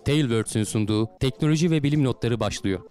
Tailwords'ün sunduğu teknoloji ve bilim notları başlıyor.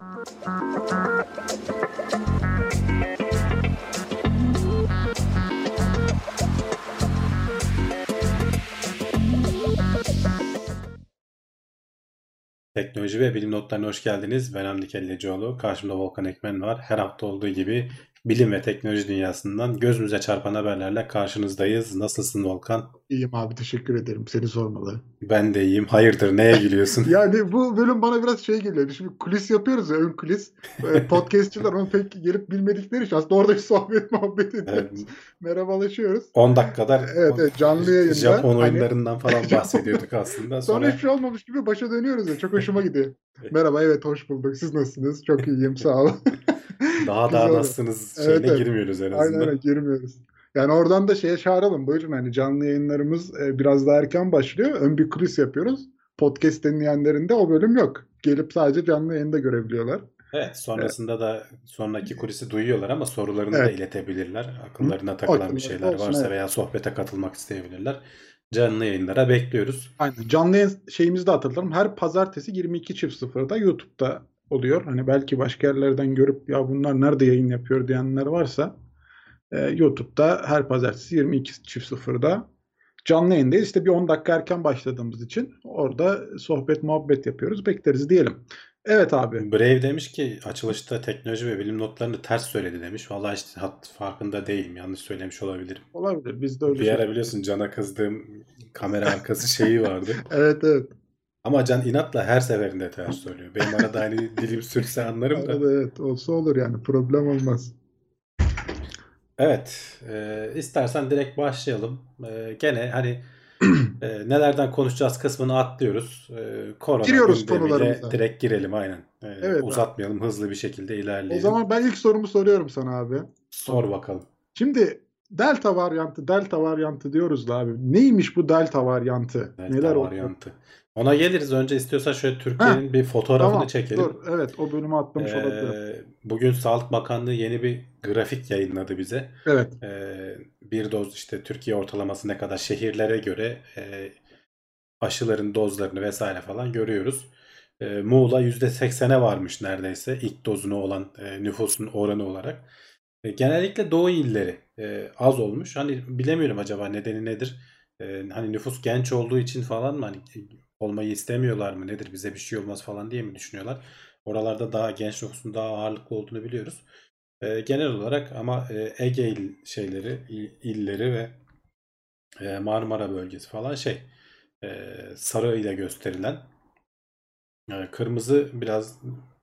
Teknoloji ve bilim notlarına hoş geldiniz. Ben Hamdi Kellecioğlu. Karşımda Volkan Ekmen var. Her hafta olduğu gibi bilim ve teknoloji dünyasından gözümüze çarpan haberlerle karşınızdayız. Nasılsın Volkan? İyiyim abi, teşekkür ederim. Seni sormalı. Ben de iyiyim. Hayırdır, neye gülüyorsun? Yani bu bölüm bana biraz şey geliyor. Şimdi kulis yapıyoruz ya, ön kulis. Podcastçılar onu pek gelip bilmedikleri için aslında oradaki sohbet muhabbet ediyoruz. Merhabalaşıyoruz. 10 dakikalar Evet, canlı yayında. Japon oyunlarından falan bahsediyorduk aslında. Sonra hiç şey olmamış gibi başa dönüyoruz ya. Çok hoşuma gidiyor. Merhaba, evet, hoş bulduk. Siz nasılsınız? Çok iyiyim, sağ olun. Daha nasılsınız şeyine girmiyoruz en azından. Aynen, girmiyoruz. Yani oradan da şeye çağıralım. Buyurun, hani canlı yayınlarımız biraz daha erken başlıyor. Ön bir kulis yapıyoruz. Podcast dinleyenlerinde o bölüm yok. Gelip sadece canlı yayında görebiliyorlar. Evet, sonrasında da sonraki kulisi duyuyorlar ama sorularını da iletebilirler. Akıllarına takılan bir şeyler varsa veya sohbete katılmak isteyebilirler. Canlı yayınlara bekliyoruz. Aynen. Canlı yayın şeyimizi de hatırlatalım. Her pazartesi 22.00'da YouTube'da oluyor. Hani belki başka yerlerden görüp ya bunlar nerede yayın yapıyor diyenler varsa YouTube'da her pazartesi 22.00'da canlı yayındayız. İşte bir 10 dakika erken başladığımız için orada sohbet muhabbet yapıyoruz. Bekleriz diyelim. Evet abi. Brave demiş ki açılışta teknoloji ve bilim notlarını ters söyledi demiş. Vallahi işte farkında değilim. Yanlış söylemiş olabilirim. Olabilir. Biz de öyle bir ara biliyorsun Can'a kızdığım kamera arkası şeyi vardı. Evet. Ama Can inatla her seferinde ters söylüyor. Benim arada hani dilim sürtse anlarım da. Evet, olsa olur yani, problem olmaz. Evet. İstersen direkt başlayalım. Gene hani nelerden konuşacağız kısmını atlıyoruz. Korona Giriyoruz gündemiyle konularımıza. direkt girelim aynen. Evet Uzatmayalım, abi. hızlı bir şekilde ilerleyelim. O zaman ben ilk sorumu soruyorum sana abi. Sor bakalım. Şimdi delta varyantı diyoruz da abi. Neymiş bu delta varyantı? Neler varyantı. Ona geliriz. Önce istiyorsan şöyle Türkiye'nin bir fotoğrafını çekelim. Dur, evet, o bölümü atlamış olabilirim. Bugün Sağlık Bakanlığı yeni bir grafik yayınladı bize. Evet. Bir doz işte Türkiye ortalaması ne kadar, şehirlere göre aşıların dozlarını vesaire falan görüyoruz. Muğla %80'e varmış neredeyse ilk dozunu olan nüfusun oranı olarak. Genellikle Doğu illeri az olmuş. Hani bilemiyorum acaba nedeni nedir? Hani nüfus genç olduğu için falan mı, hani olmayı istemiyorlar mı, nedir, bize bir şey olmaz falan diye mi düşünüyorlar? Oralarda daha genç nüfusun daha ağırlıklı olduğunu biliyoruz. Genel olarak ama Ege illeri ve Marmara bölgesi falan sarı ile gösterilen, kırmızı biraz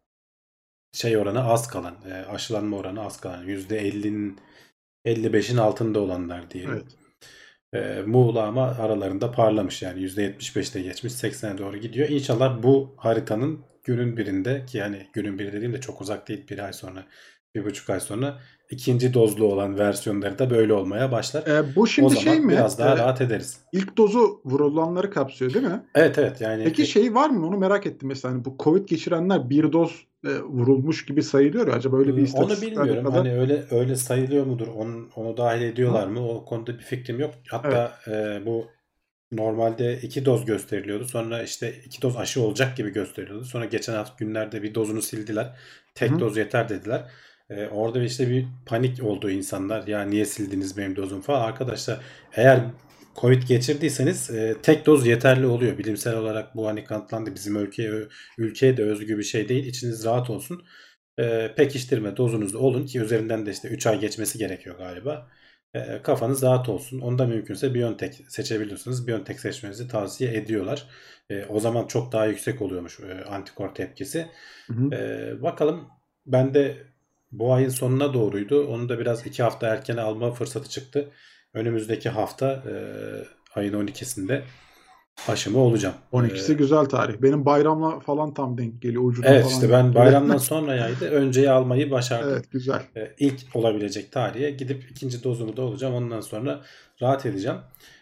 oranı az kalan, aşılanma oranı az kalan, %50'nin 55'in altında olanlar diyelim. Evet. Muğla ama aralarında parlamış, yani %75'te geçmiş, 80'e doğru gidiyor. İnşallah bu haritanın günün birinde, ki yani günün biri dediğim de çok uzak değil, bir ay sonra, 1,5 ay sonra ikinci dozlu olan versiyonları da böyle olmaya başlar. Bu şimdi o zaman biraz daha rahat ederiz. İlk dozu vurulanları kapsıyor değil mi? Evet yani. Peki var mı, onu merak ettim mesela, hani bu Covid geçirenler bir doz vurulmuş gibi sayılıyor ya, acaba öyle bir istatistik? Onu bilmiyorum. Hani öyle sayılıyor mudur? Onu dahil ediyorlar mı? O konuda bir fikrim yok. Hatta bu normalde 2 doz gösteriliyordu. Sonra işte 2 doz aşı olacak gibi gösteriliyordu. Sonra geçen hafta günlerde bir dozunu sildiler. Tek doz yeter dediler. Orada işte bir panik oldu insanlar. Ya niye sildiniz benim dozumu falan. Arkadaşlar, eğer Covid geçirdiyseniz tek doz yeterli oluyor. Bilimsel olarak bu hani kanıtlandı. Bizim ülkeye de özgü bir şey değil. İçiniz rahat olsun. Pekiştirme dozunuzda olun ki üzerinden de işte 3 ay geçmesi gerekiyor galiba. Kafanız rahat olsun. Onda mümkünse BioNTech seçebiliyorsunuz. BioNTech seçmenizi tavsiye ediyorlar. O zaman çok daha yüksek oluyormuş antikor tepkisi. Bakalım, ben de bu ayın sonuna doğruydu. Onu da biraz 2 hafta erken alma fırsatı çıktı. Önümüzdeki hafta ayın 12'sinde aşımı olacağım. 12'si güzel tarih. Benim bayramla falan tam denk geliyor. Ucuna Evet, falan işte ben bayramdan sonraydı. Önceyi almayı başardım. Evet, güzel. İlk olabilecek tarihe gidip ikinci dozumu da olacağım. Ondan sonra rahat edeceğim.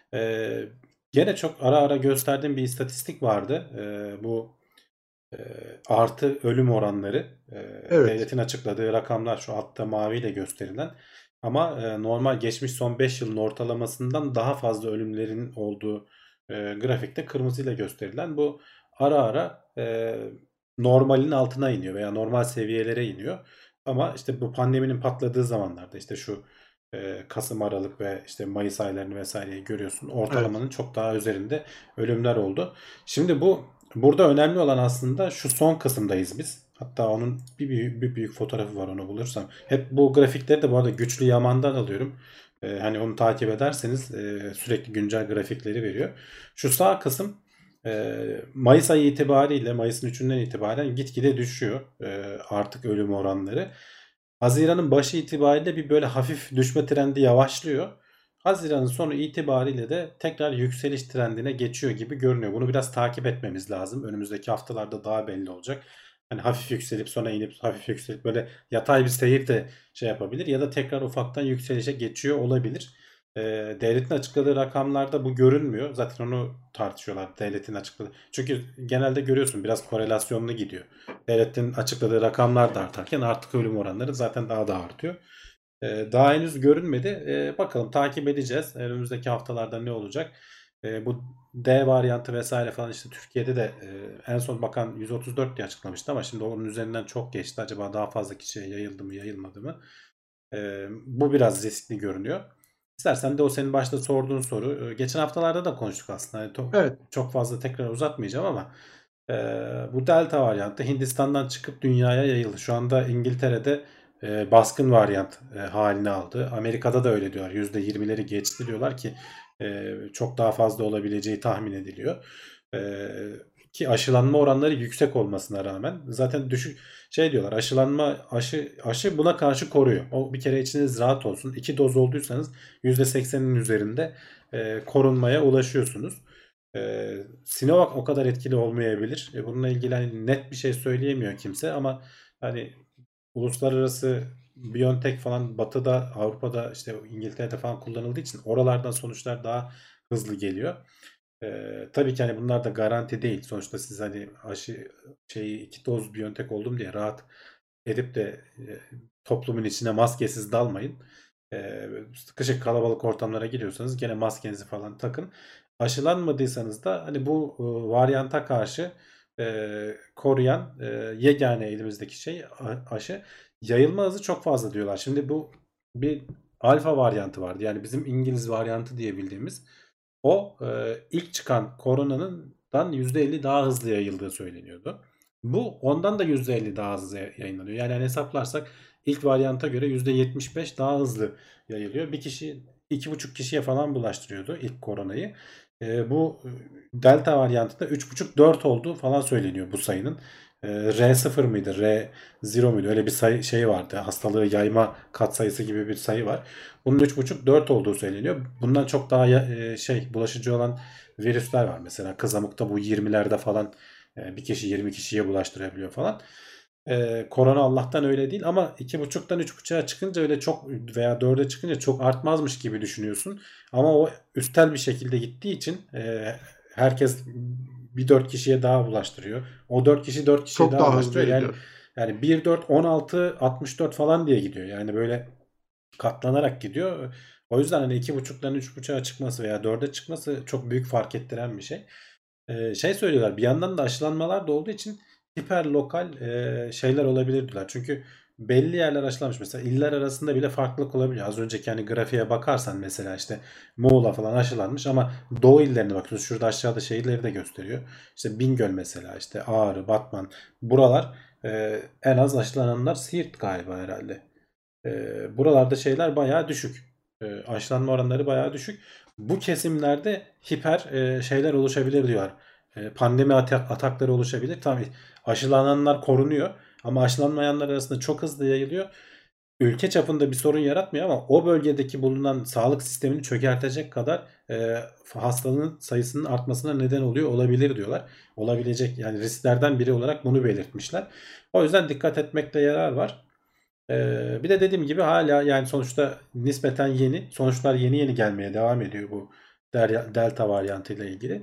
Gene çok ara ara gösterdiğim bir istatistik vardı. Bu artı ölüm oranları. Evet. Devletin açıkladığı rakamlar şu altta maviyle gösterilen. Ama normal geçmiş son 5 yılın ortalamasından daha fazla ölümlerin olduğu grafikte kırmızıyla gösterilen, bu ara ara normalin altına iniyor veya normal seviyelere iniyor. Ama işte bu pandeminin patladığı zamanlarda işte şu Kasım, Aralık ve işte Mayıs aylarını vesaireyi görüyorsun. Evet. Ortalamanın çok daha üzerinde ölümler oldu. Şimdi burada önemli olan aslında şu son kısımdayız biz. Hatta onun bir büyük fotoğrafı var, onu bulursam. Hep bu grafikleri de bu arada Güçlü Yaman'dan alıyorum. Hani onu takip ederseniz sürekli güncel grafikleri veriyor. Şu sağ kısım Mayıs ayı itibariyle, Mayıs'ın 3'ünden itibaren gitgide düşüyor artık ölüm oranları. Haziran'ın başı itibariyle bir böyle hafif düşme trendi yavaşlıyor. Haziran'ın sonu itibariyle de tekrar yükseliş trendine geçiyor gibi görünüyor. Bunu biraz takip etmemiz lazım. Önümüzdeki haftalarda daha belli olacak. Hani hafif yükselip sonra inip hafif yükselip böyle yatay bir seyir de şey yapabilir ya da tekrar ufaktan yükselişe geçiyor olabilir. Devletin açıkladığı rakamlarda bu görünmüyor. Zaten onu tartışıyorlar, devletin açıkladığı. Çünkü genelde görüyorsun biraz korelasyonlu gidiyor. Devletin açıkladığı rakamlar da artarken artık ölüm oranları zaten daha da artıyor. Daha henüz görünmedi. Bakalım, takip edeceğiz. Önümüzdeki haftalarda ne olacak? Bu D varyantı vesaire falan işte Türkiye'de de en son bakan 134 diye açıklamıştı ama şimdi onun üzerinden çok geçti. Acaba daha fazla kişiye yayıldı mı yayılmadı mı? Bu biraz riskli görünüyor. İstersen de o senin başta sorduğun soru. Geçen haftalarda da konuştuk aslında. Hani Evet. çok fazla tekrar uzatmayacağım ama bu Delta varyantı Hindistan'dan çıkıp dünyaya yayıldı. Şu anda İngiltere'de baskın varyant halini aldı. Amerika'da da öyle diyorlar. %20'leri geçti diyorlar ki çok daha fazla olabileceği tahmin ediliyor. Ki aşılanma oranları yüksek olmasına rağmen zaten düşük şey diyorlar, aşı buna karşı koruyor. O bir kere içiniz rahat olsun. 2 doz olduysanız %80'in üzerinde korunmaya ulaşıyorsunuz. Sinovac o kadar etkili olmayabilir. Bununla ilgili hani net bir şey söyleyemiyor kimse ama hani uluslararası BioNTech falan Batı'da, Avrupa'da, işte İngiltere'de falan kullanıldığı için oralardan sonuçlar daha hızlı geliyor. Tabii ki hani bunlar da garanti değil. Sonuçta siz hani şeyi 2 doz BioNTech oldum diye rahat edip de toplumun içine maskesiz dalmayın. Sıkışık kalabalık ortamlara giriyorsanız gene maskenizi falan takın. Aşılanmadıysanız da hani bu varyanta karşı koruyan yegane elimizdeki şey aşı. Yayılma hızı çok fazla diyorlar. Şimdi bu bir alfa varyantı vardı. Yani bizim İngiliz varyantı diye bildiğimiz. O ilk çıkan koronanından %50 daha hızlı yayıldığı söyleniyordu. Bu ondan da %50 daha hızlı yayınlanıyor. Yani hesaplarsak ilk varyanta göre %75 daha hızlı yayılıyor. Bir kişi 2,5 kişiye falan bulaştırıyordu ilk koronayı. Bu delta varyantında 3,5-4 olduğu falan söyleniyor bu sayının. R0 mıydı? R0 muydu? Öyle bir şey vardı. Hastalığı yayma katsayısı gibi bir sayı var. Bunun 3,5-4 olduğu söyleniyor. Bundan çok daha bulaşıcı olan virüsler var. Mesela kızamıkta bu 20'lerde falan bir kişi 20 kişiye bulaştırabiliyor falan. Korona Allah'tan öyle değil ama 2,5'tan 3,5'a çıkınca öyle çok veya 4'e çıkınca çok artmazmış gibi düşünüyorsun. Ama o üstel bir şekilde gittiği için herkes bir 4 kişiye daha bulaştırıyor. O 4 kişi 4 kişiye Çok daha daha hızlı bulaştırıyor. Yani yayılıyor. yani 1 4 16 64 falan diye gidiyor. Yani böyle katlanarak gidiyor. O yüzden hani 2,5'dan 3,5'a çıkması veya 4'e çıkması çok büyük fark ettiren bir şey. Şey söylüyorlar, bir yandan da aşılanmalar da olduğu için hiper lokal şeyler olabilir diyorlar. Çünkü belli yerler aşılanmış. Mesela iller arasında bile farklılık olabiliyor. Az önceki hani grafiğe bakarsan mesela işte Muğla falan aşılanmış ama Doğu illerine bakıyoruz. Şurada aşağıda şehirleri de gösteriyor. İşte Bingöl mesela, işte Ağrı, Batman, buralar en az aşılananlar Siirt galiba herhalde. Buralarda şeyler bayağı düşük. Aşılanma oranları bayağı düşük. Bu kesimlerde hiper şeyler oluşabilir diyorlar. Pandemi atakları oluşabilir. Tabii aşılananlar korunuyor ama aşılanmayanlar arasında çok hızlı yayılıyor. Ülke çapında bir sorun yaratmıyor ama o bölgedeki bulunan sağlık sistemini çökertecek kadar hastalığın sayısının artmasına neden oluyor olabilir diyorlar. Olabilecek yani risklerden biri olarak bunu belirtmişler. O yüzden dikkat etmekte yarar var. Bir de dediğim gibi hala yani sonuçta nispeten yeni. Sonuçlar yeni yeni gelmeye devam ediyor bu delta varyantı ile ilgili.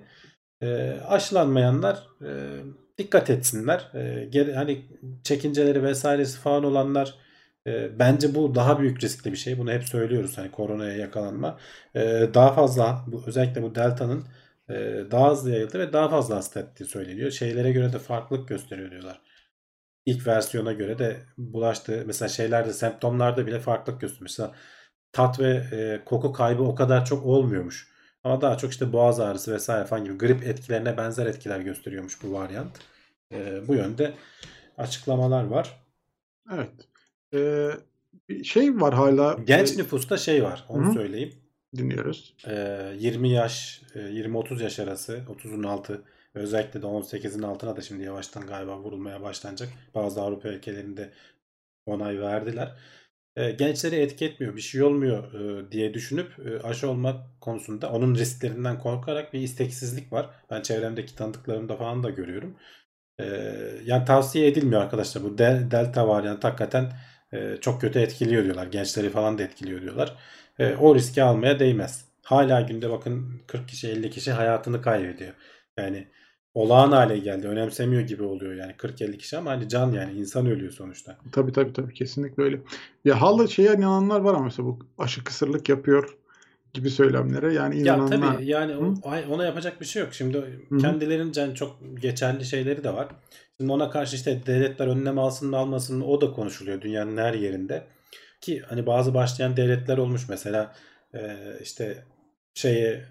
Aşılanmayanlar dikkat etsinler. Hani çekinceleri vesairesi falan olanlar bence bu daha büyük riskli bir şey. Bunu hep söylüyoruz hani koronaya yakalanma. Daha fazla özellikle bu delta'nın daha hızlı yayıldı ve daha fazla hasta ettiği söyleniyor. Şeylere göre de farklılık gösteriyor diyorlar. İlk versiyona göre de bulaştığı mesela şeylerde semptomlarda bile farklılık gösteriyor. Mesela tat ve koku kaybı o kadar çok olmuyormuş. Ama daha çok işte boğaz ağrısı vesaire falan gibi grip etkilerine benzer etkiler gösteriyormuş bu varyant. Bu yönde açıklamalar var. Evet. Ee, Bir şey var hala Genç nüfusta şey var, onu hı, söyleyeyim. dinliyoruz. 20 yaş, 20-30 yaş arası, 30'un altı, özellikle de 18'in altına da şimdi yavaştan galiba vurulmaya başlanacak. Bazı Avrupa ülkelerinde onay verdiler. Gençleri etki etmiyor, bir şey olmuyor diye düşünüp aşı olmak konusunda onun risklerinden korkarak bir isteksizlik var. Ben çevremdeki tanıdıklarımda falan da görüyorum. Yani tavsiye edilmiyor arkadaşlar. Bu delta varyantı hakikaten çok kötü etkiliyor diyorlar. Gençleri falan da etkiliyor diyorlar. O riski almaya değmez. Hala günde bakın 40 kişi 50 kişi hayatını kaybediyor. Yani olağan hale geldi. Önemsemiyor gibi oluyor yani 40-50 kişi ama hani can yani insan ölüyor sonuçta. Tabii kesinlikle öyle. Ya hala şeye inananlar var ama mesela bu aşı kısırlık yapıyor gibi söylemlere yani Ya inananlar. tabii yani Hı? ona yapacak bir şey yok. Şimdi Hı hı. kendilerince çok geçerli şeyleri de var. Şimdi ona karşı işte devletler önlem alsın mı almasın mı o da konuşuluyor dünyanın her yerinde. Ki hani bazı başlayan devletler olmuş mesela işte şeye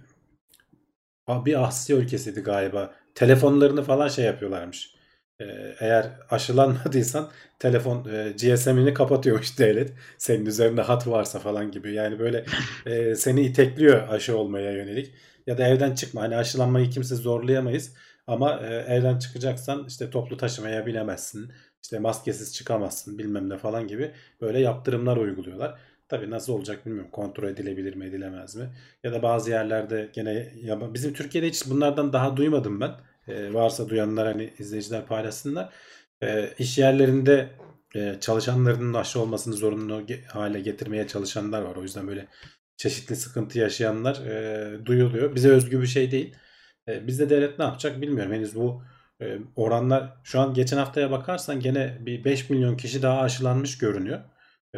bir Asya ülkesiydi galiba. Telefonlarını falan şey yapıyorlarmış. Eğer aşılanmadıysan telefon GSM'ini kapatıyormuş devlet. Senin üzerinde hat varsa falan gibi. Yani böyle seni itekliyor aşı olmaya yönelik. Ya da evden çıkma. Hani aşılanmayı kimse zorlayamayız. Ama evden çıkacaksan işte toplu taşımaya binemezsin. İşte maskesiz çıkamazsın bilmem ne falan gibi böyle yaptırımlar uyguluyorlar. Tabii nasıl olacak bilmiyorum. Kontrol edilebilir mi edilemez mi? Ya da bazı yerlerde gene bizim Türkiye'de hiç bunlardan daha duymadım ben. Varsa duyanlar hani izleyiciler paylaşsınlar. İş yerlerinde çalışanlarının aşı olmasını zorunlu hale getirmeye çalışanlar var. O yüzden böyle çeşitli sıkıntı yaşayanlar duyuluyor. Bize özgü bir şey değil. Bizde devlet ne yapacak bilmiyorum. Henüz bu oranlar şu an geçen haftaya bakarsan gene bir 5 milyon kişi daha aşılanmış görünüyor. E,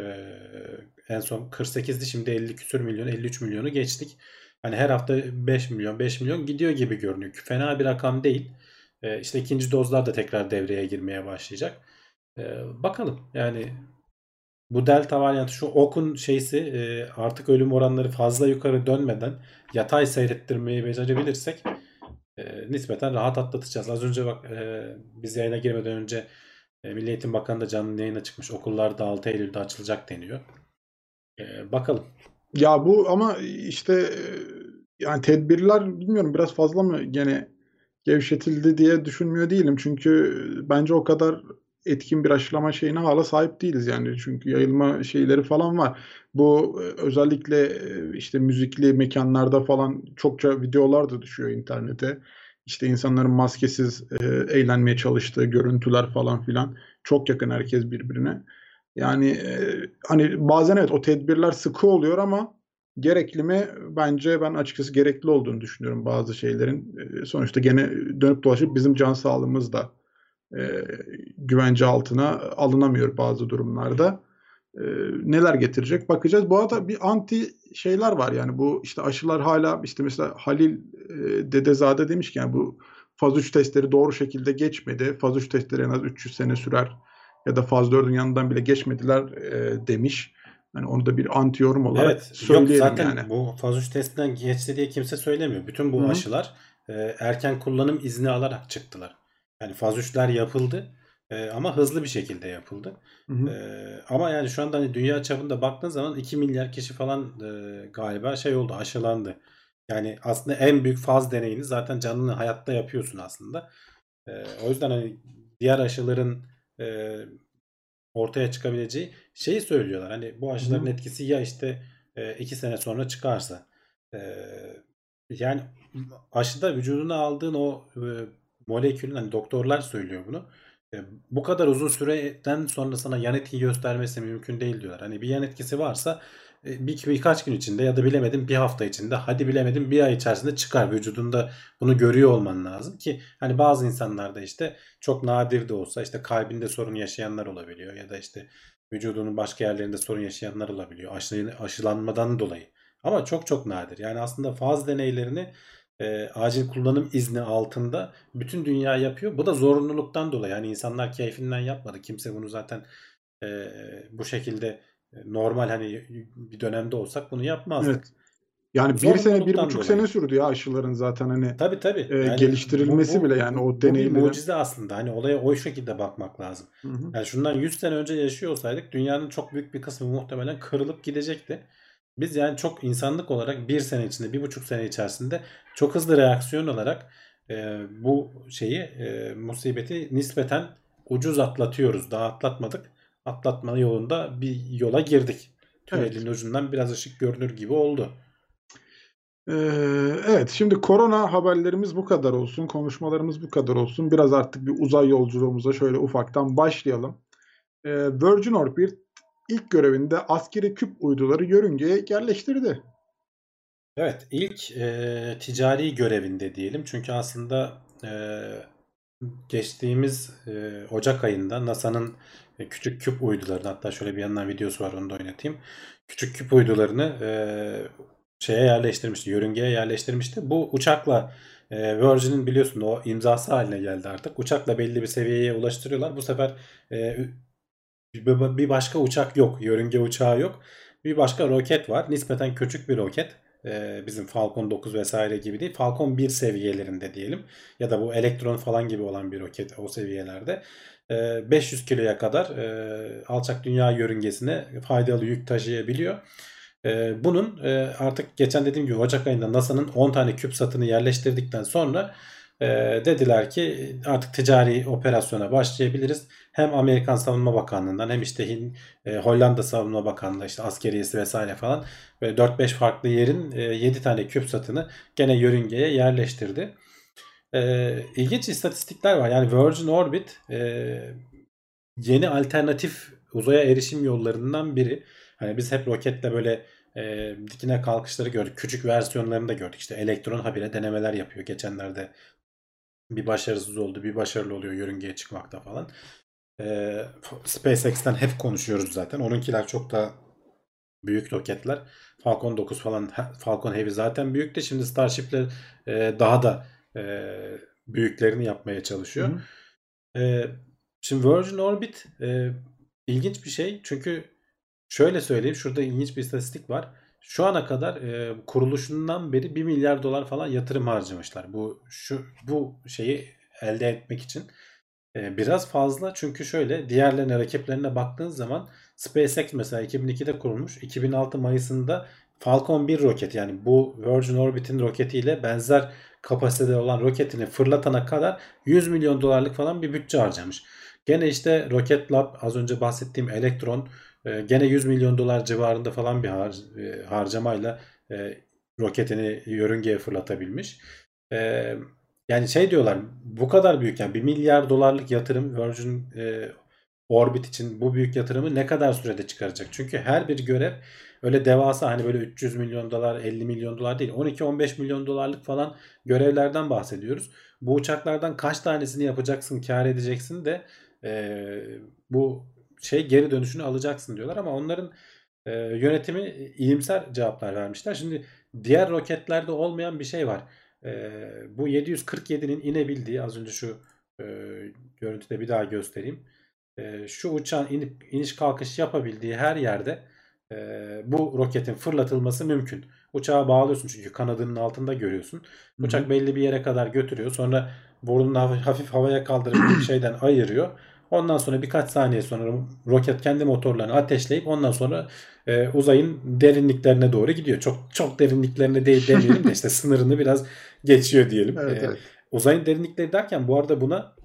En son 48'di, şimdi 50 küsür milyon, 53 milyonu geçtik. Hani her hafta 5 milyon 5 milyon gidiyor gibi görünüyor. Fena bir rakam değil. İşte ikinci dozlar da tekrar devreye girmeye başlayacak. Bakalım yani bu delta varyantı şu okun şeysi artık ölüm oranları fazla yukarı dönmeden yatay seyrettirmeyi becerebilirsek nispeten rahat atlatacağız. Az önce bak biz yayına girmeden önce Milli Eğitim Bakanı da canlı yayına çıkmış. Okullar da 6 Eylül'de açılacak deniyor. Bakalım. Ya bu ama işte yani tedbirler bilmiyorum biraz fazla mı gene gevşetildi diye düşünmüyor değilim. Çünkü bence o kadar etkin bir aşılama şeyine hala sahip değiliz yani. Çünkü yayılma şeyleri falan var. Bu özellikle işte müzikli mekanlarda falan çokça videolar da düşüyor internete. İşte insanların maskesiz eğlenmeye çalıştığı görüntüler falan filan. Çok yakın herkes birbirine. Yani hani bazen evet o tedbirler sıkı oluyor ama gerekli mi? Bence ben açıkçası gerekli olduğunu düşünüyorum bazı şeylerin. Sonuçta gene dönüp dolaşıp bizim can sağlığımız da e, güvence altına alınamıyor bazı durumlarda. E, Neler getirecek bakacağız. Bu arada bir anti şeyler var yani bu işte aşılar hala işte mesela Halil Dedezade demiş ki yani bu faz 3 testleri doğru şekilde geçmedi. Faz 3 testleri en az 300 sene sürer ya da faz 4'ün yanından bile geçmediler demiş. Yani onu da bir anti yorum olarak Evet, yok söyleyelim yani. zaten bu faz 3 testinden geçti diye kimse söylemiyor. Bütün Hı bu hı. aşılar erken kullanım izni alarak çıktılar. Yani faz 3'ler yapıldı ama hızlı bir şekilde yapıldı. Hı hı. Ama yani şu anda hani dünya çapında baktığın zaman 2 milyar kişi falan galiba şey oldu, aşılandı. Yani aslında en büyük faz deneyini zaten canlı hayatta yapıyorsun aslında. O yüzden hani diğer aşıların e, ortaya çıkabileceği şeyi söylüyorlar. Hani bu Hı aşıların hı. etkisi ya işte 2 sene sonra çıkarsa. E, Yani aşıda vücuduna aldığın o molekülün hani doktorlar söylüyor bunu. E, Bu kadar uzun süreden sonra sana yan etki göstermesi mümkün değil diyorlar. Hani bir yan etkisi varsa birkaç gün içinde ya da bilemedim bir hafta içinde, hadi bilemedim bir ay içerisinde çıkar. Vücudunda bunu görüyor olman lazım ki hani bazı insanlarda işte çok nadir de olsa işte kalbinde sorun yaşayanlar olabiliyor ya da işte vücudunun başka yerlerinde sorun yaşayanlar olabiliyor aşılanmadan dolayı. Ama çok çok nadir. Yani aslında faz deneylerini acil kullanım izni altında bütün dünya yapıyor. Bu da zorunluluktan dolayı. Yani insanlar keyfinden yapmadı. Kimse bunu zaten bu şekilde normal hani bir dönemde olsak bunu yapmazdık. Evet. Yani bir sene, bir Zorunluluktan buçuk dolayı. sene sürdü ya aşıların zaten hani Tabii tabii. Yani geliştirilmesi bile, yani o bu bir deneylerin. mucize aslında. Hani olaya o şekilde bakmak lazım. Hı hı. Yani şundan 100 sene önce yaşıyor olsaydık dünyanın çok büyük bir kısmı muhtemelen kırılıp gidecekti. Biz yani çok insanlık olarak bir sene içinde, 1,5 sene içerisinde çok hızlı reaksiyon olarak bu musibeti nispeten ucuz atlatıyoruz. Daha atlatmadık. Atlatma yolunda bir yola girdik. Tünelin Evet. ucundan biraz ışık görünür gibi oldu. Evet, şimdi korona haberlerimiz bu kadar olsun, konuşmalarımız bu kadar olsun. Biraz artık bir uzay yolculuğumuza şöyle ufaktan başlayalım. Virgin Orbit ilk görevinde askeri küp uyduları yörüngeye yerleştirdi. Evet, ilk ticari görevinde diyelim. Çünkü aslında geçtiğimiz Ocak ayında NASA'nın küçük küp uydularını, hatta şöyle bir yandan videosu var, onu da oynatayım. Küçük küp uydularını şeye yerleştirmişti, yörüngeye yerleştirmişti. Bu uçakla Virgin'in biliyorsun o imzası haline geldi artık. Uçakla belli bir seviyeye ulaştırıyorlar. Bu sefer e, bir başka uçak yok. Yörünge uçağı yok. Bir başka roket var. Nispeten küçük bir roket. Bizim Falcon 9 vesaire gibi değil. Falcon 1 seviyelerinde diyelim. Ya da bu Elektron falan gibi olan bir roket o seviyelerde. 500 kiloya kadar alçak dünya yörüngesine faydalı yük taşıyabiliyor. Bunun artık geçen dediğim gibi Ocak ayında NASA'nın 10 tane CubeSat'ını yerleştirdikten sonra dediler ki artık ticari operasyona başlayabiliriz. Hem Amerikan Savunma Bakanlığı'ndan hem işte Hollanda Savunma Bakanlığı, işte askeriyesi vesaire falan böyle 4-5 farklı yerin 7 tane CubeSat'ını gene yörüngeye yerleştirdi. İlginç istatistikler var. Yani Virgin Orbit yeni alternatif uzaya erişim yollarından biri. Hani biz hep roketle böyle dikine kalkışları gördük. Küçük versiyonlarını da gördük. İşte Elektron habire denemeler yapıyor. Geçenlerde bir başarısız oldu, bir başarılı oluyor yörüngeye çıkmakta falan. SpaceX'ten hep konuşuyoruz zaten. Onunkiler çok daha büyük roketler. Falcon 9 falan, Falcon Heavy zaten büyük de şimdi Starship'le daha da büyüklerini yapmaya Hı çalışıyor. hı. Şimdi Virgin Orbit ilginç bir şey. Çünkü şöyle söyleyeyim, şurada ilginç bir istatistik var. Şu ana kadar kuruluşundan beri 1 milyar dolar falan yatırım harcamışlar. Bu şeyi elde etmek için. Biraz fazla, çünkü şöyle diğerlerine, rakiplerine baktığın zaman SpaceX mesela 2002'de kurulmuş. 2006 Mayıs'ında Falcon 1 roketi, yani bu Virgin Orbit'in roketiyle benzer kapasitede olan roketini fırlatana kadar 100 milyon dolarlık falan bir bütçe harcamış. Gene işte Rocket Lab, az önce bahsettiğim Electron gene 100 milyon dolar civarında falan bir harcamayla roketini yörüngeye fırlatabilmiş. E, Yani şey diyorlar, bu kadar büyük, yani 1 milyar dolarlık yatırım Virgin Orbit için, bu büyük yatırımı ne kadar sürede çıkaracak? Çünkü her bir görev öyle devasa, hani böyle 300 milyon dolar 50 milyon dolar değil, 12-15 milyon dolarlık falan görevlerden bahsediyoruz. Bu uçaklardan kaç tanesini yapacaksın, kar edeceksin de bu geri dönüşünü alacaksın diyorlar, ama onların yönetimi iyimser cevaplar vermişler. Şimdi diğer roketlerde olmayan bir şey var. Bu 747'nin inebildiği, az önce şu e, görüntüde bir daha göstereyim. Şu uçağın iniş kalkış yapabildiği her yerde bu roketin fırlatılması mümkün. Uçağa bağlıyorsun çünkü kanadının altında görüyorsun. Hı hı. Uçak belli bir yere kadar götürüyor. Sonra burnunu hafif havaya kaldırıp bir şeyden ayırıyor. Ondan sonra birkaç saniye sonra roket kendi motorlarını ateşleyip ondan sonra uzayın derinliklerine doğru gidiyor. Çok çok derinliklerine değil demeyelim de işte sınırını biraz geçiyor diyelim. Evet, evet. Uzayın derinlikleri derken bu arada buna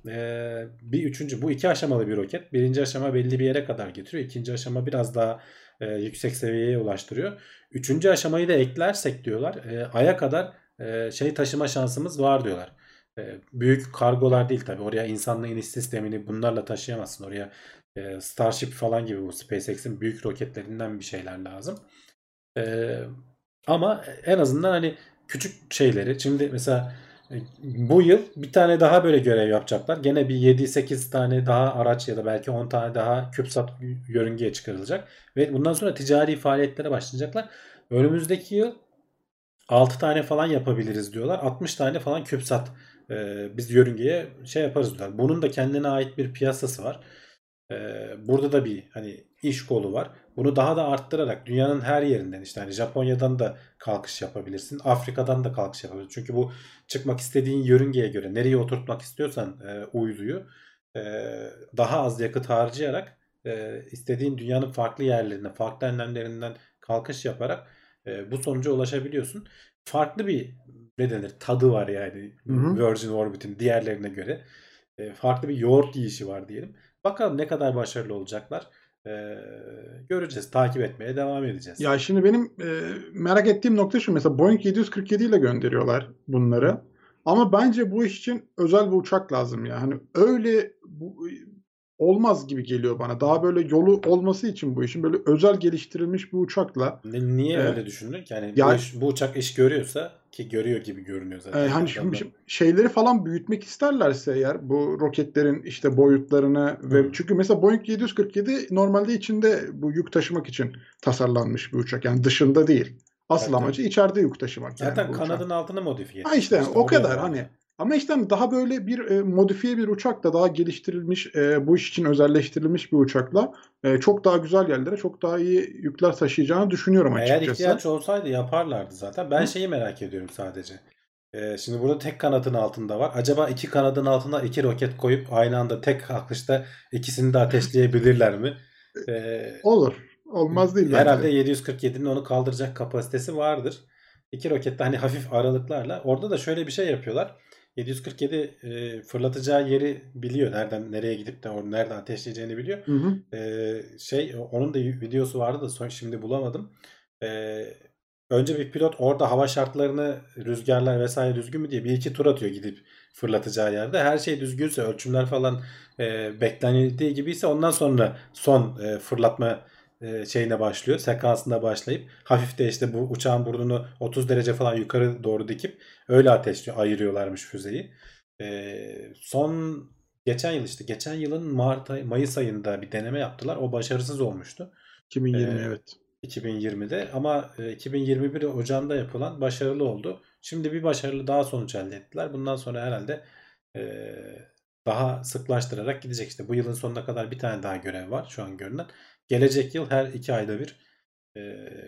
bu iki aşamalı bir roket. Birinci aşama belli bir yere kadar getiriyor. İkinci aşama biraz daha yüksek seviyeye ulaştırıyor. Üçüncü aşamayı da eklersek diyorlar Ay'a kadar taşıma şansımız var diyorlar. Büyük kargolar değil tabii. Oraya insanlı iniş sistemini bunlarla taşıyamazsın. Oraya Starship falan gibi, bu SpaceX'in büyük roketlerinden bir şeyler lazım. E, Ama en azından hani küçük şeyleri, şimdi mesela bu yıl bir tane daha böyle görev yapacaklar. Gene bir 7-8 tane daha araç ya da belki 10 tane daha CubeSat yörüngeye çıkarılacak. Ve bundan sonra ticari faaliyetlere başlayacaklar. Önümüzdeki yıl 6 tane falan yapabiliriz diyorlar. 60 tane falan CubeSat biz yörüngeye şey yaparız diyorlar. Bunun da kendine ait bir piyasası var. Burada da bir hani iş kolu var. Bunu daha da arttırarak dünyanın her yerinden işte hani Japonya'dan da kalkış yapabilirsin. Afrika'dan da kalkış yapabilirsin. Çünkü bu çıkmak istediğin yörüngeye göre nereye oturtmak istiyorsan uyduyu e, daha az yakıt harcayarak istediğin dünyanın farklı yerlerine, farklı enlemlerinden kalkış yaparak bu sonuca ulaşabiliyorsun. Farklı bir ne denir tadı var yani Hı hı. Virgin Orbit'in diğerlerine göre. Farklı bir yoğurt yiyişi var diyelim. Bakalım ne kadar başarılı olacaklar. Göreceğiz. Takip etmeye devam edeceğiz. Ya şimdi benim merak ettiğim nokta şu. Mesela Boeing 747 ile gönderiyorlar bunları. Ama bence bu iş için özel bir uçak lazım ya. Hani öyle olmaz gibi geliyor bana. Daha böyle yolu olması için bu işin böyle özel geliştirilmiş bir uçakla Niye e, öyle düşündün ki? Yani ya bu uçak iş görüyorsa ki görüyor gibi görünüyor zaten. Yani hani adamlar. şeyleri falan büyütmek isterlerse eğer bu roketlerin işte boyutlarını ve Hı, çünkü mesela Boeing 747 normalde içinde bu yük taşımak için tasarlanmış bir uçak. Yani dışında değil. Asıl tabii tabii. amacı içeride yük taşımak yani Zaten bu uçağın. kanadın altını modifiye Ha etmişler. işte İşte o oraya kadar hani bağlı. ama işte hani daha böyle bir modifiye bir uçakla daha geliştirilmiş bu iş için özelleştirilmiş bir uçakla çok daha güzel yerlere çok daha iyi yükler taşıyacağını düşünüyorum Eğer açıkçası. ihtiyaç olsaydı yaparlardı zaten. Ben Hı? şeyi merak ediyorum sadece. Şimdi burada tek kanadın altında var. Acaba iki kanadın altına iki roket koyup aynı anda tek atışta ikisini de ateşleyebilirler mi? Ee, Olur. Olmaz değil Herhalde bence. 747'nin onu kaldıracak kapasitesi vardır. İki roket de hani hafif aralıklarla. Orada da şöyle bir şey yapıyorlar. 747 fırlatacağı yeri biliyor. Nereden nereye gidip de onu nereden ateşleyeceğini biliyor. Hı hı. Onun da videosu vardı da şimdi bulamadım. E, Önce bir pilot orada hava şartlarını, rüzgarlar vesaire düzgün mü diye bir iki tur atıyor gidip fırlatacağı yerde. Her şey düzgünse, ölçümler falan beklenildiği gibiyse ondan sonra son fırlatma şeyine başlıyor. Sekansına başlayıp hafif de işte bu uçağın burnunu 30 derece falan yukarı doğru dikip öyle ateşliyor, ayırıyorlarmış füzeyi. Son geçen yıl işte geçen yılın Mayıs ayında bir deneme yaptılar. O başarısız olmuştu. 2020 Ee, evet. 2020'de ama 2021 Ocağı'nda yapılan başarılı oldu. Şimdi bir başarılı daha sonuç elde ettiler. Bundan sonra herhalde e, daha sıklaştırarak gidecek. İşte bu yılın sonuna kadar bir tane daha görev var şu an görünen. Gelecek yıl her 2 ayda bir e,